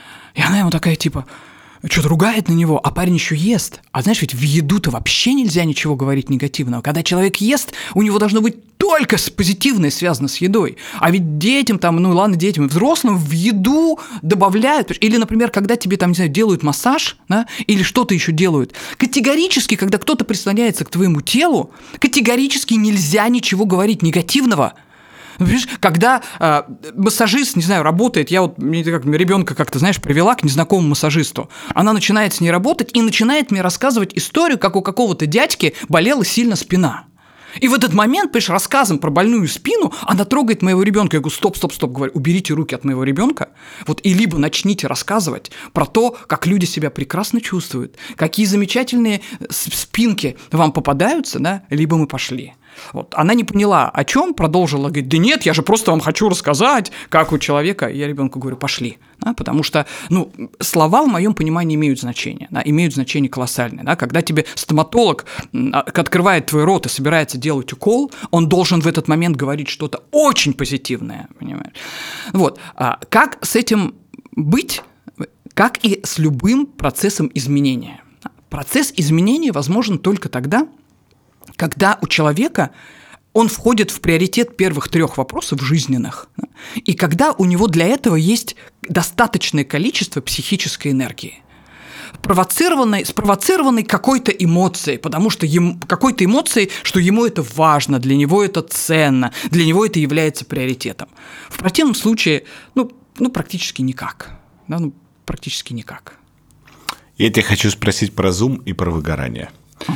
И она ему такая, типа, что-то ругает на него, а парень еще ест. А знаешь, ведь в еду-то вообще нельзя ничего говорить негативного. Когда человек ест, у него должно быть только позитивное связано с едой. А ведь детям, там, ну ладно, детям и взрослым в еду добавляют. Или, например, когда тебе там, не знаю, делают массаж, да, или что-то еще делают. Категорически, когда кто-то прислоняется к твоему телу, категорически нельзя ничего говорить негативного. Понимаешь, когда массажист, не знаю, работает, я вот ребенка как-то, знаешь, привела к незнакомому массажисту, она начинает с ней работать и начинает мне рассказывать историю, как у какого-то дядьки болела сильно спина. И в этот момент, понимаешь, рассказом про больную спину она трогает моего ребенка. Я говорю, стоп, говорю, уберите руки от моего ребенка, вот, и либо начните рассказывать про то, как люди себя прекрасно чувствуют, какие замечательные спинки вам попадаются, да, либо мы пошли. Вот. Она не поняла, о чем, продолжила, говорит, да нет, я же просто вам хочу рассказать, как у человека. Я ребенку говорю, пошли, да, потому что, ну, слова в моем понимании имеют значение, да, имеют значение колоссальное, да, когда тебе стоматолог открывает твой рот и собирается делать укол, он должен в этот момент говорить что-то очень позитивное, понимаешь? Вот. Как с этим быть, как и с любым процессом изменения? Процесс изменения возможен только тогда, когда у человека он входит в приоритет первых 3 вопросов жизненных, и когда у него для этого есть достаточное количество психической энергии, спровоцированной какой-то эмоцией, потому что какой-то эмоцией, что ему это важно, для него это ценно, для него это является приоритетом. В противном случае, ну практически никак. Да, практически никак. Я тебя хочу спросить про Zoom и про выгорание.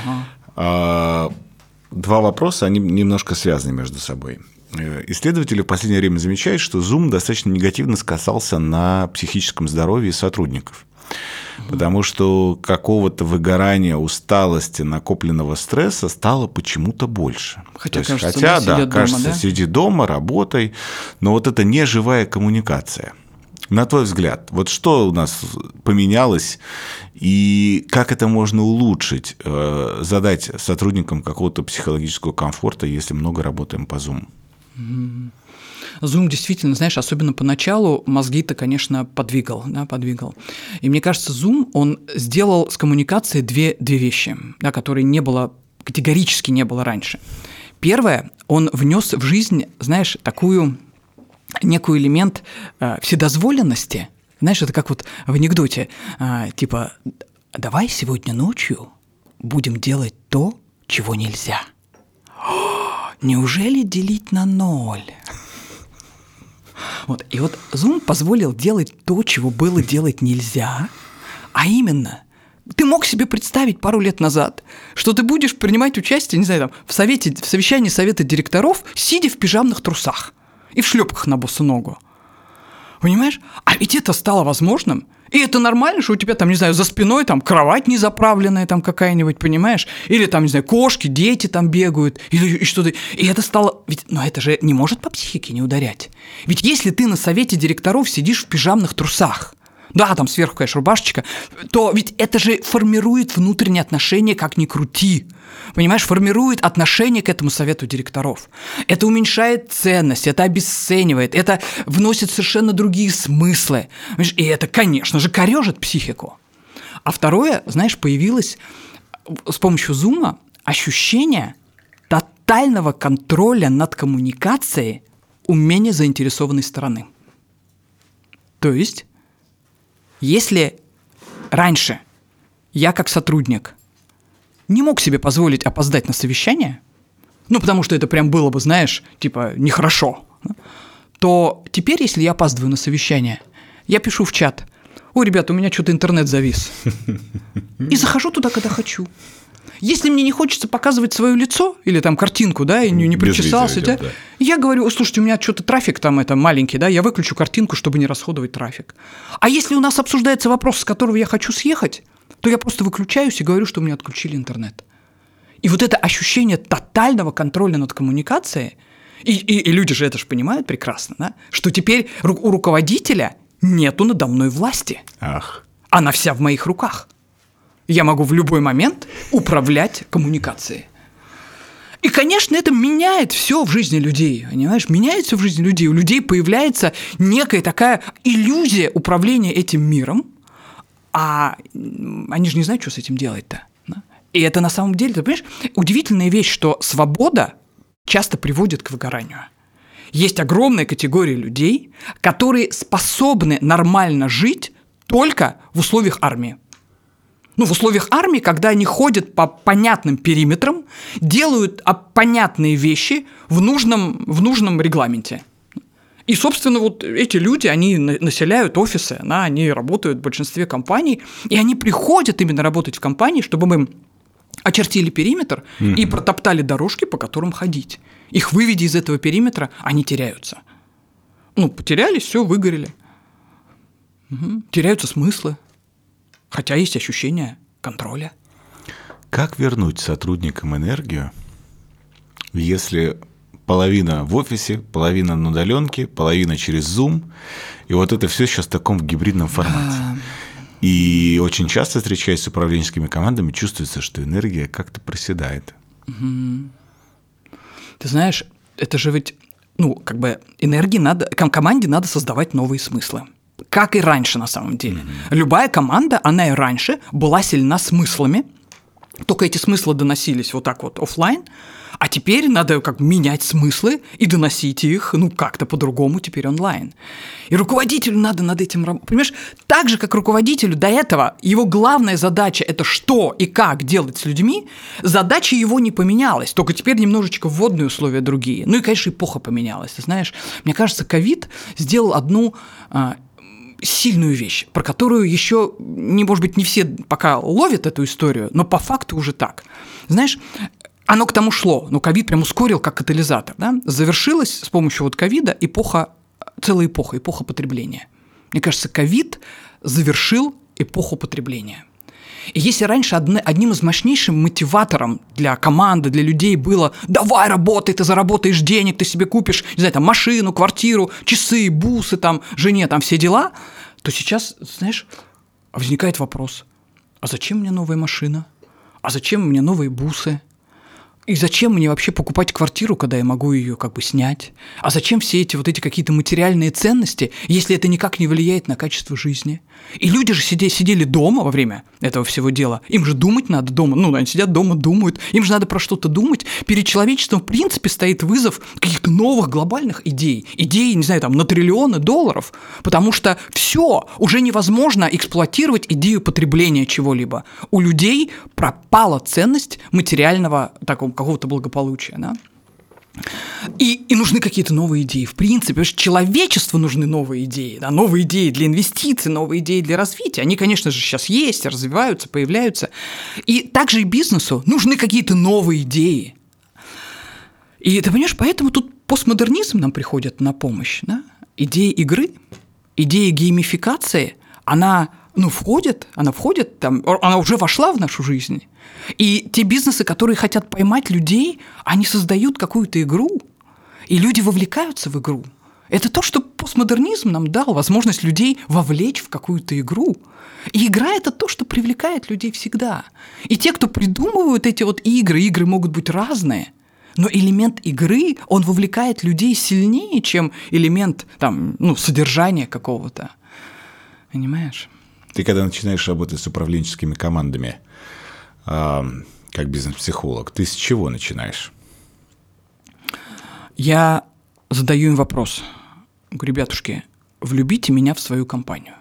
Ага. 2 вопроса, они немножко связаны между собой. Исследователи в последнее время замечают, что Zoom достаточно негативно сказался на психическом здоровье сотрудников. Потому что какого-то выгорания, усталости, накопленного стресса стало почему-то больше. Хотя кажется, сиди дома, работай, но вот это не живая коммуникация. На твой взгляд, вот что у нас поменялось и как это можно улучшить, задать сотрудникам какого-то психологического комфорта, если много работаем по Zoom? Zoom действительно, знаешь, особенно поначалу мозги-то, конечно, подвигал. И мне кажется, Zoom, он сделал с коммуникацией две вещи, да, которые категорически не было раньше. Первое, он внес в жизнь, знаешь, некий элемент вседозволенности. Знаешь, это как вот в анекдоте, типа, давай сегодня ночью будем делать то, чего нельзя. Неужели делить на 0? Вот. И вот Zoom позволил делать то, чего было делать нельзя, а именно, ты мог себе представить пару лет назад, что ты будешь принимать участие, не знаю, там, в совещании совета директоров, сидя в пижамных трусах и в шлепках на босу ногу. Понимаешь? А ведь это стало возможным. И это нормально, что у тебя там, не знаю, за спиной там кровать не заправленная там какая-нибудь, понимаешь? Или там, не знаю, кошки, дети там бегают, или что-то. И это стало... Но это же не может по психике не ударять. Ведь если ты на совете директоров сидишь в пижамных трусах, да, там сверху, конечно, рубашечка, то ведь это же формирует внутренние отношения, как ни крути. Понимаешь, формирует отношение к этому совету директоров. Это уменьшает ценность, это обесценивает, это вносит совершенно другие смыслы. Понимаешь? И это, конечно же, корежит психику. А второе, знаешь, появилось с помощью Zoom ощущение тотального контроля над коммуникацией у менее заинтересованной стороны. То есть, если раньше я как сотрудник не мог себе позволить опоздать на совещание, ну, потому что это прям было бы, знаешь, типа, нехорошо, то теперь, если я опаздываю на совещание, я пишу в чат: «Ой, ребята, у меня что-то интернет завис». И захожу туда, когда хочу. Если мне не хочется показывать свое лицо или там картинку, да, и не причесался, видео идём, да. Я говорю: слушайте, у меня что-то трафик там это маленький, да, я выключу картинку, чтобы не расходовать трафик. А если у нас обсуждается вопрос, с которого я хочу съехать, то я просто выключаюсь и говорю, что у меня отключили интернет. И вот это ощущение тотального контроля над коммуникацией, и люди же это же понимают прекрасно, да, что теперь у руководителя нету надо мной власти. Ах. Она вся в моих руках. Я могу в любой момент управлять коммуникацией. И, конечно, это меняет все в жизни людей, понимаешь? Меняет все в жизни людей. У людей появляется некая такая иллюзия управления этим миром, а они же не знают, что с этим делать-то. Да? И это на самом деле, ты понимаешь, удивительная вещь, что свобода часто приводит к выгоранию. Есть огромная категория людей, которые способны нормально жить только в условиях армии. Ну, в условиях армии, когда они ходят по понятным периметрам, делают понятные вещи в нужном регламенте. И, собственно, вот эти люди, они населяют офисы, да, они работают в большинстве компаний, и они приходят именно работать в компании, чтобы мы очертили периметр и протоптали дорожки, по которым ходить. Их выведя из этого периметра, они теряются. Ну, потерялись, все, выгорели. Теряются смыслы. Хотя есть ощущение контроля. Как вернуть сотрудникам энергию, если половина в офисе, половина на удаленке, половина через Zoom, и вот это все сейчас в таком гибридном формате? И очень часто, встречаясь с управленческими командами, чувствуется, что энергия как-то проседает. Ты знаешь, это же ведь, энергии надо, команде надо создавать новые смыслы. Как и раньше, на самом деле. Любая команда, она и раньше была сильна смыслами, только эти смыслы доносились вот так вот офлайн, а теперь надо менять смыслы и доносить их, как-то по-другому теперь онлайн. И руководителю надо над этим работать. Понимаешь, так же, как руководителю до этого, его главная задача – это что и как делать с людьми, задача его не поменялась, только теперь немножечко вводные условия другие. Ну и, конечно, эпоха поменялась. Ты знаешь, мне кажется, ковид сделал одну сильную вещь, про которую еще, может быть, не все пока ловят эту историю, но по факту уже так. Знаешь, оно к тому шло, но ковид прям ускорил как катализатор. Да? Завершилась с помощью ковида целая эпоха потребления. Мне кажется, ковид завершил эпоху потребления. И если раньше одним из мощнейших мотиваторов для команды, для людей было: давай работай, ты заработаешь денег, ты себе купишь, не знаю, там, машину, квартиру, часы, бусы, там, жене, там, все дела, то сейчас, знаешь, возникает вопрос: а зачем мне новая машина? А зачем мне новые бусы? И зачем мне вообще покупать квартиру, когда я могу ее снять? А зачем все эти какие-то материальные ценности, если это никак не влияет на качество жизни? И люди же сидели дома во время этого всего дела. Им же думать надо дома. Они сидят дома, думают. Им же надо про что-то думать. Перед человечеством, в принципе, стоит вызов каких-то новых глобальных идей. Идей, не знаю, там, на триллионы долларов. Потому что все, уже невозможно эксплуатировать идею потребления чего-либо. У людей пропала ценность материального какого-то благополучия, да? И нужны какие-то новые идеи. В принципе, человечеству нужны новые идеи, да? Новые идеи для инвестиций, новые идеи для развития. Они, конечно же, сейчас есть, развиваются, появляются. И также и бизнесу нужны какие-то новые идеи. И ты понимаешь, поэтому тут постмодернизм нам приходит на помощь. Да? Идея игры, идея геймификации, она входит, она уже вошла в нашу жизнь. И те бизнесы, которые хотят поймать людей, они создают какую-то игру, и люди вовлекаются в игру. Это то, что постмодернизм нам дал, возможность людей вовлечь в какую-то игру. И игра – это то, что привлекает людей всегда. И те, кто придумывают эти игры могут быть разные, но элемент игры, он вовлекает людей сильнее, чем элемент содержания какого-то. Понимаешь? Ты когда начинаешь работать с управленческими командами, как бизнес-психолог, ты с чего начинаешь? Я задаю им вопрос. Говорю, ребятушки, влюбите меня в свою компанию.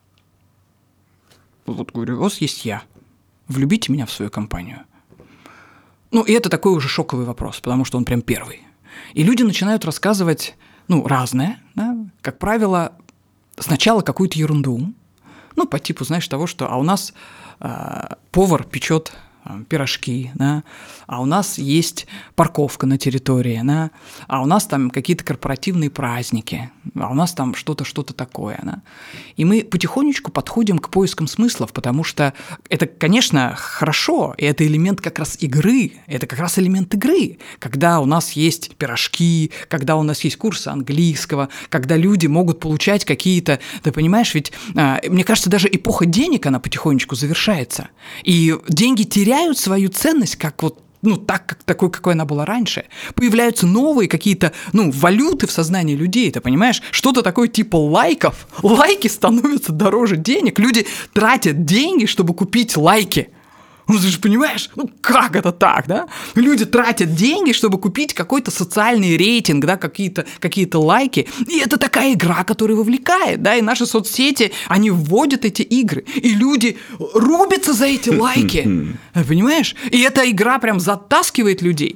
Вот, говорю, у вас есть я. Влюбите меня в свою компанию. Ну, и это такой уже шоковый вопрос, потому что он прям первый. И люди начинают рассказывать, разное, да? Как правило, сначала какую-то ерунду, по типу, знаешь, того, что у нас повар печет пирожки, да, а у нас есть парковка на территории, да, а у нас там какие-то корпоративные праздники, а у нас там что-то такое. Да. И мы потихонечку подходим к поискам смыслов, потому что это, конечно, хорошо, и это элемент как раз игры, когда у нас есть пирожки, когда у нас есть курсы английского, когда люди могут получать какие-то, ты понимаешь, ведь, мне кажется, даже эпоха денег, она потихонечку завершается, и деньги теряют свою ценность, как такой, какой она была раньше. Появляются новые какие-то, валюты в сознании людей, ты понимаешь? Что-то такое типа лайков. Лайки становятся дороже денег. Люди тратят деньги, чтобы купить лайки. Ты же понимаешь, как это так, да? Люди тратят деньги, чтобы купить какой-то социальный рейтинг, да, какие-то лайки, и это такая игра, которая вовлекает, да, и наши соцсети, они вводят эти игры, и люди рубятся за эти лайки, понимаешь? И эта игра прям затаскивает людей.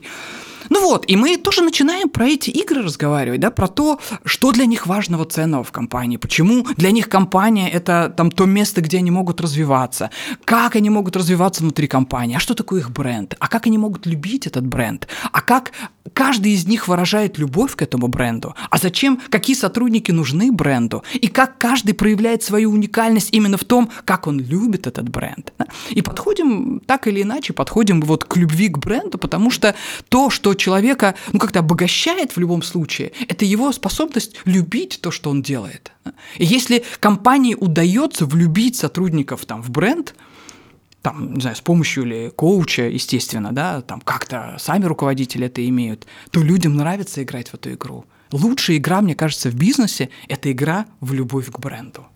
И мы тоже начинаем про эти игры разговаривать, да, про то, что для них важного, ценного в компании, почему для них компания – это там то место, где они могут развиваться, как они могут развиваться внутри компании, а что такое их бренд, а как они могут любить этот бренд, а как каждый из них выражает любовь к этому бренду, а зачем, какие сотрудники нужны бренду, и как каждый проявляет свою уникальность именно в том, как он любит этот бренд. Да? И подходим, так или иначе, к любви к бренду, потому что то, что человека, как-то обогащает в любом случае, это его способность любить то, что он делает. И если компании удается влюбить сотрудников в бренд, не знаю, с помощью или коуча, естественно, да, как-то сами руководители это имеют, то людям нравится играть в эту игру. Лучшая игра, мне кажется, в бизнесе – это игра в любовь к бренду.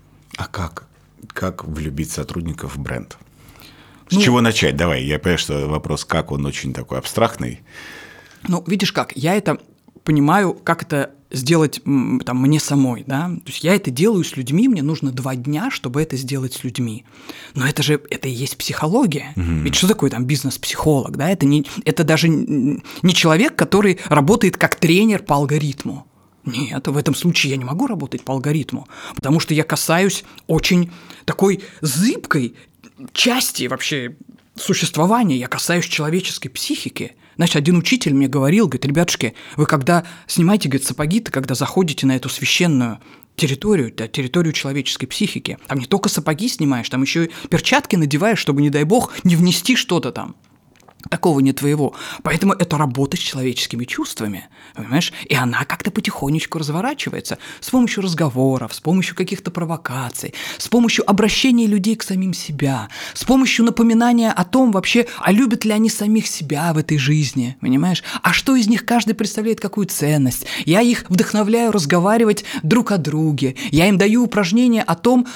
А как влюбить сотрудников в бренд? С чего начать? Давай, я понимаю, что вопрос «как» он очень такой абстрактный. Видишь как, я это понимаю, как это сделать мне самой, да, то есть я это делаю с людьми, мне нужно 2 дня, чтобы это сделать с людьми, но это и есть психология, ведь что такое бизнес-психолог, да, это даже не человек, который работает как тренер по алгоритму. Нет, в этом случае я не могу работать по алгоритму, потому что я касаюсь очень такой зыбкой части вообще существования, я касаюсь человеческой психики. Значит, один учитель мне говорил, говорит, ребятушки, вы когда снимаете, говорит, сапоги-то, когда заходите на эту священную территорию, да, территорию человеческой психики, там не только сапоги снимаешь, там еще и перчатки надеваешь, чтобы, не дай бог, не внести что-то там такого не твоего. Поэтому это работа с человеческими чувствами, понимаешь? И она как-то потихонечку разворачивается с помощью разговоров, с помощью каких-то провокаций, с помощью обращения людей к самим себя, с помощью напоминания о том вообще, а любят ли они самих себя в этой жизни, понимаешь? А что из них каждый представляет какую ценность? Я их вдохновляю разговаривать друг о друге, я им даю упражнения о том,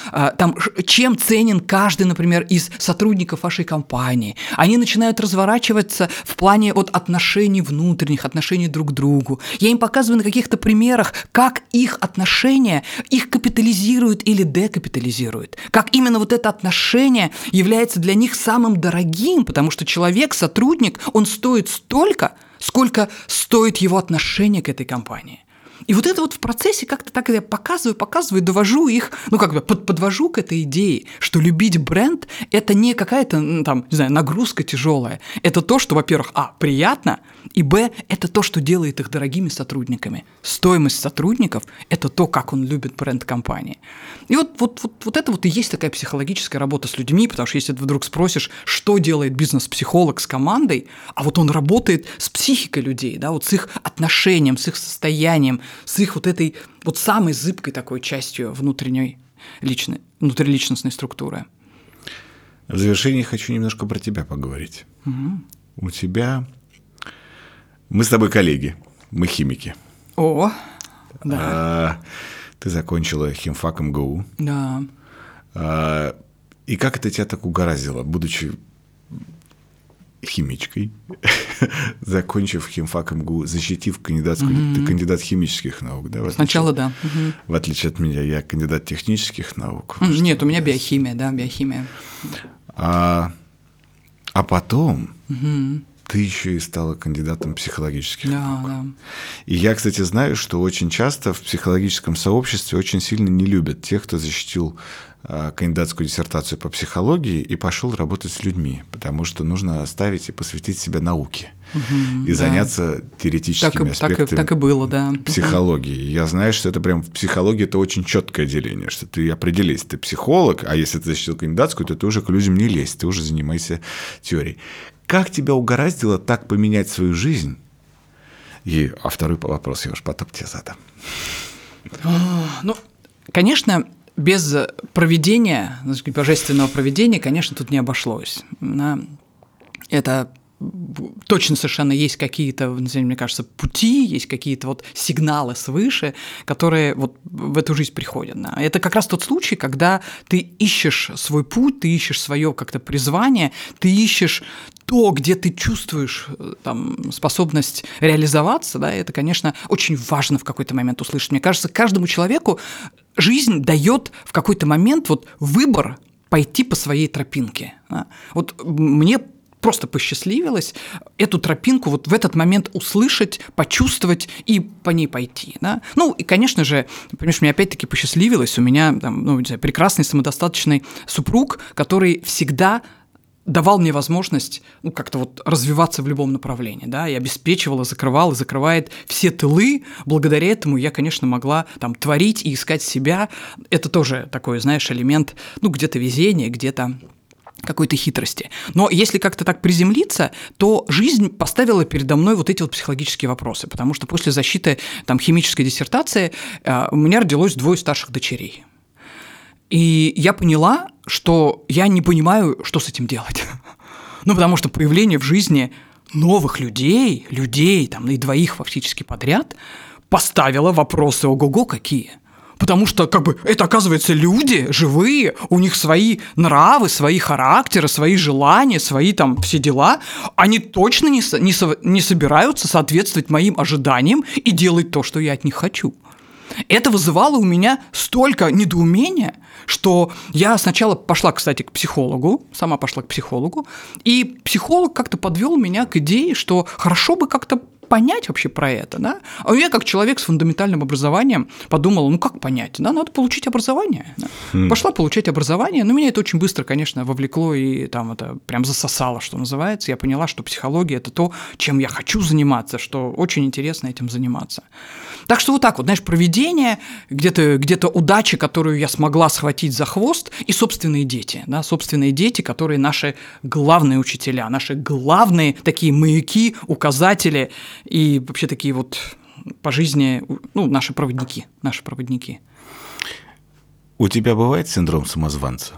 чем ценен каждый, например, из сотрудников вашей компании. Они начинают разворачиваться в плане отношений внутренних, отношений друг к другу. Я им показываю на каких-то примерах, как их отношения их капитализируют или декапитализируют. Как именно это отношение является для них самым дорогим, потому что человек, сотрудник, он стоит столько, сколько стоит его отношение к этой компании. И это в процессе как-то так я показываю, довожу их, подвожу к этой идее, что любить бренд – это не какая-то, нагрузка тяжелая. Это то, что, во-первых, приятно, и, это то, что делает их дорогими сотрудниками. Стоимость сотрудников – это то, как он любит бренд компании. И это и есть такая психологическая работа с людьми, потому что если ты вдруг спросишь, что делает бизнес-психолог с командой, а он работает с психикой людей, да, с их отношением, с их состоянием, с их этой самой зыбкой такой частью внутриличностной структуры. В завершении хочу немножко про тебя поговорить. У тебя... Мы с тобой коллеги, мы химики. О, да. Ты закончила химфак МГУ. Да. И как это тебя так угораздило, будучи химичкой, закончив химфак МГУ, защитив кандидатскую, ты кандидат химических наук, да? Сначала да. В отличие от меня, я кандидат технических наук. Нет, у меня биохимия, да, биохимия. А потом ты еще и стала кандидатом психологических наук. Да. И я, кстати, знаю, что очень часто в психологическом сообществе очень сильно не любят тех, кто защитил кандидатскую диссертацию по психологии и пошел работать с людьми, потому что нужно оставить и посвятить себя науке и заняться теоретическими аспектами так и было, да. Психологии. Я знаю, что это прям в психологии это очень четкое деление, что ты определись, ты психолог, а если ты защитил кандидатскую, то ты уже к людям не лезь, ты уже занимайся теорией. Как тебя угораздило так поменять свою жизнь? А второй вопрос я уж потом тебе задам. Ну, конечно, без проведения, божественного проведения, конечно, тут не обошлось. Это точно совершенно есть какие-то, мне кажется, пути, есть какие-то вот сигналы свыше, которые вот в эту жизнь приходят. Это как раз тот случай, когда ты ищешь свой путь, ты ищешь свое как-то призвание, ты ищешь то, где ты чувствуешь там, способность реализоваться, да, это, конечно, очень важно в какой-то момент услышать. Мне кажется, каждому человеку жизнь дает в какой-то момент вот выбор пойти по своей тропинке. Да. Вот мне просто посчастливилось эту тропинку вот в этот момент услышать, почувствовать и по ней пойти. Да? Ну, и, конечно же, понимаешь, мне опять-таки посчастливилось, у меня там, прекрасный самодостаточный супруг, который всегда давал мне возможность как-то вот развиваться в любом направлении, да, и обеспечивал, и закрывал, и закрывает все тылы. Благодаря этому я, конечно, могла там творить и искать себя. Это тоже такой, знаешь, элемент, где-то везения, где-то какой-то хитрости. Но если как-то так приземлиться, то жизнь поставила передо мной вот эти вот психологические вопросы, потому что после защиты там, химической диссертации у меня родилось 2 старших дочерей. И я поняла, что я не понимаю, что с этим делать. Потому что появление в жизни новых людей, там, и 2 фактически подряд, поставило вопросы ого-го какие. Потому что, это, оказывается, люди живые, у них свои нравы, свои характеры, свои желания, свои там все дела. Они точно не собираются соответствовать моим ожиданиям и делать то, что я от них хочу. Это вызывало у меня столько недоумения, что я сначала пошла, кстати, сама пошла к психологу, и психолог как-то подвел меня к идее, что хорошо бы как-то понять вообще про это, да? А я как человек с фундаментальным образованием подумала, как понять, да, надо получить образование. Да? Пошла получать образование, но меня это очень быстро, конечно, вовлекло и там это прям засосало, что называется. Я поняла, что психология – это то, чем я хочу заниматься, что очень интересно этим заниматься. Так что вот так вот, знаешь, проведение, где-то удача, которую я смогла схватить за хвост, и собственные дети, которые наши главные учителя, наши главные такие маяки, указатели и вообще такие вот по жизни, наши проводники. У тебя бывает синдром самозванца?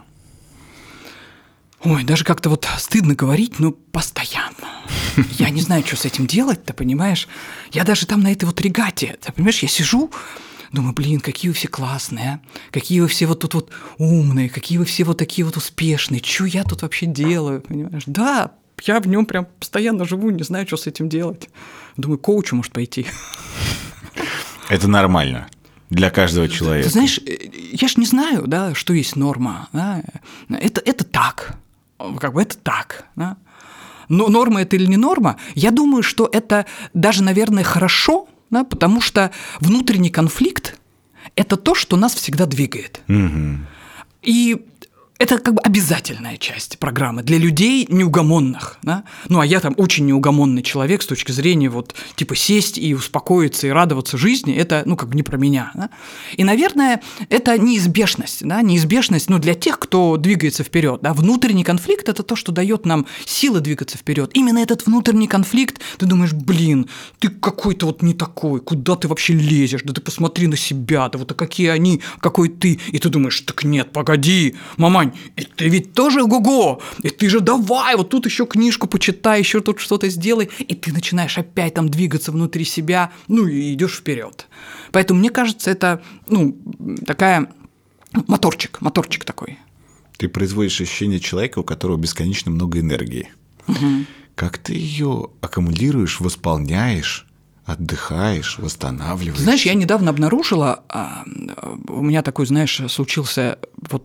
Ой, даже как-то вот стыдно говорить, но постоянно. Я не знаю, что с этим делать, ты понимаешь? Я даже там на этой вот регате, ты понимаешь, я сижу, думаю, какие вы все классные, какие вы все вот тут вот умные, какие вы все вот такие вот успешные, что я тут вообще делаю, понимаешь? Да, я в нем прям постоянно живу, не знаю, что с этим делать. Думаю, к коучу, может, пойти. Это нормально. Для каждого человека. Ты знаешь, я ж не знаю, да, что есть норма. Да? Это так. Это так. Да? Но норма это или не норма, я думаю, что это даже, наверное, хорошо, да, потому что внутренний конфликт – это то, что нас всегда двигает. Угу. И это обязательная часть программы для людей неугомонных. Да? А я там очень неугомонный человек с точки зрения вот, сесть и успокоиться и радоваться жизни – это не про меня. Да? И, наверное, это неизбежность. Да? Неизбежность для тех, кто двигается вперед. Да? Внутренний конфликт – это то, что дает нам силы двигаться вперед. Именно этот внутренний конфликт, ты думаешь, ты какой-то вот не такой, куда ты вообще лезешь, да ты посмотри на себя, да вот какие они, какой ты. И ты думаешь, так нет, погоди, мамань, и ты ведь тоже ого-го, и ты же давай, вот тут еще книжку почитай, еще тут что-то сделай, и ты начинаешь опять там двигаться внутри себя, и идешь вперед. Поэтому мне кажется, это, такая моторчик такой. Ты производишь ощущение человека, у которого бесконечно много энергии. Угу. как ты ее аккумулируешь, восполняешь, отдыхаешь, восстанавливаешь? Знаешь, я недавно обнаружила, у меня такой, знаешь, случился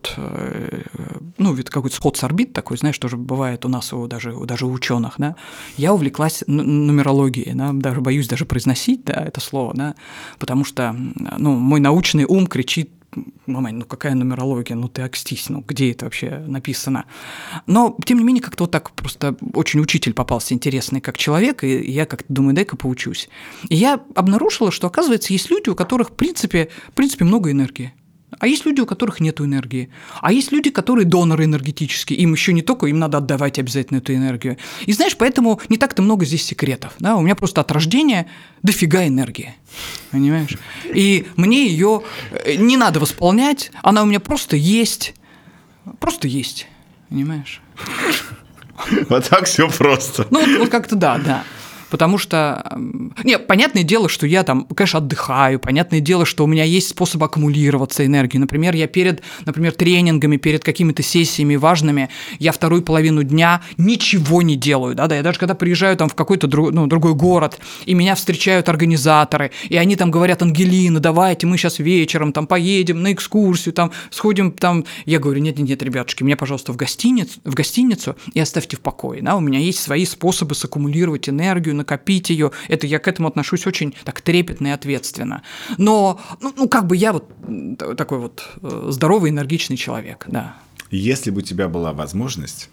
ведь какой-то сход с орбит такой, знаешь, тоже бывает у нас даже у ученых, да. Я увлеклась нумерологией, да, даже боюсь даже произносить, да, это слово, да, потому что, мой научный ум кричит: мама, какая нумерология, ты окстись, где это вообще написано? Но, тем не менее, как-то вот так просто очень учитель попался интересный как человек, и я как-то думаю, дай-ка поучусь. И я обнаружила, что, оказывается, есть люди, у которых, в принципе много энергии. А есть люди, у которых нет энергии. А есть люди, которые доноры энергетические. Им еще не только, им надо отдавать обязательно эту энергию. И знаешь, поэтому не так-то много здесь секретов. Да? У меня просто от рождения дофига энергии. Понимаешь? И мне ее не надо восполнять, она у меня просто есть. Просто есть. Понимаешь? Вот так все просто. Вот как-то да. Потому что, понятное дело, что я там, конечно, отдыхаю, понятное дело, что у меня есть способ аккумулироваться энергией. Например, я перед тренингами, перед какими-то сессиями важными, я вторую половину дня ничего не делаю, да, я даже когда приезжаю там в какой-то другой город, и меня встречают организаторы, и они там говорят: Ангелина, давайте мы сейчас вечером там поедем на экскурсию, там сходим там, я говорю: нет, ребятушки, меня, пожалуйста, в гостиницу и оставьте в покое, да, у меня есть свои способы саккумулировать энергию, накопить ее. Это я к этому отношусь очень так трепетно и ответственно. Но, я вот такой вот здоровый, энергичный человек, да. Если бы у тебя была возможность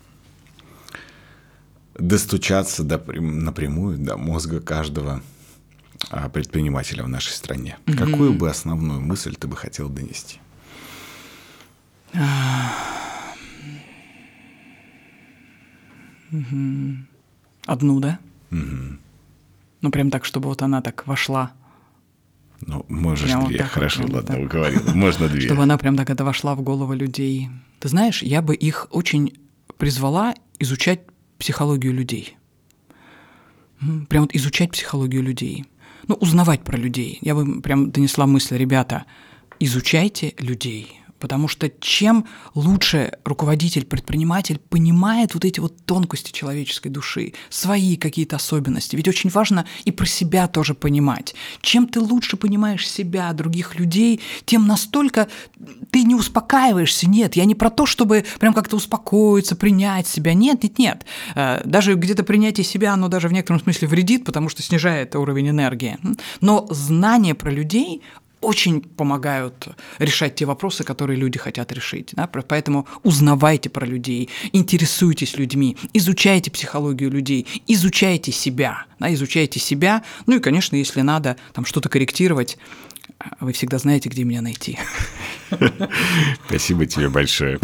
достучаться напрямую до мозга каждого предпринимателя в нашей стране, какую бы основную мысль ты бы хотел донести? Одну, да? Прям так, чтобы вот она так вошла. Можешь прям две, вот хорошо, ладно, уговорила. Можно две. Чтобы она прям так это вошла в голову людей. Ты знаешь, я бы их очень призвала изучать психологию людей. Прям вот изучать психологию людей. Узнавать про людей. Я бы прям донесла мысль: ребята, изучайте людей. Потому что чем лучше руководитель, предприниматель понимает вот эти вот тонкости человеческой души, свои какие-то особенности, ведь очень важно и про себя тоже понимать. Чем ты лучше понимаешь себя, других людей, тем настолько ты не успокаиваешься. Нет, я не про то, чтобы прям как-то успокоиться, принять себя. Нет. Даже где-то принятие себя, оно даже в некотором смысле вредит, потому что снижает уровень энергии. Но знание про людей очень помогают решать те вопросы, которые люди хотят решить. Да? Поэтому узнавайте про людей, интересуйтесь людьми, изучайте психологию людей, изучайте себя. Да? Изучайте себя. И, конечно, если надо там что-то корректировать, вы всегда знаете, где меня найти. Спасибо тебе большое.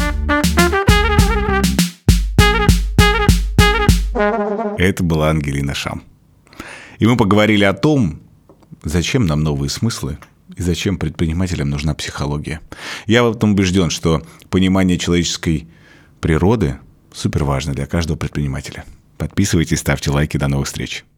Это была Ангелина Шам. И мы поговорили о том, зачем нам новые смыслы, и зачем предпринимателям нужна психология. Я в этом убежден, что понимание человеческой природы супер важно для каждого предпринимателя. Подписывайтесь, ставьте лайки. До новых встреч.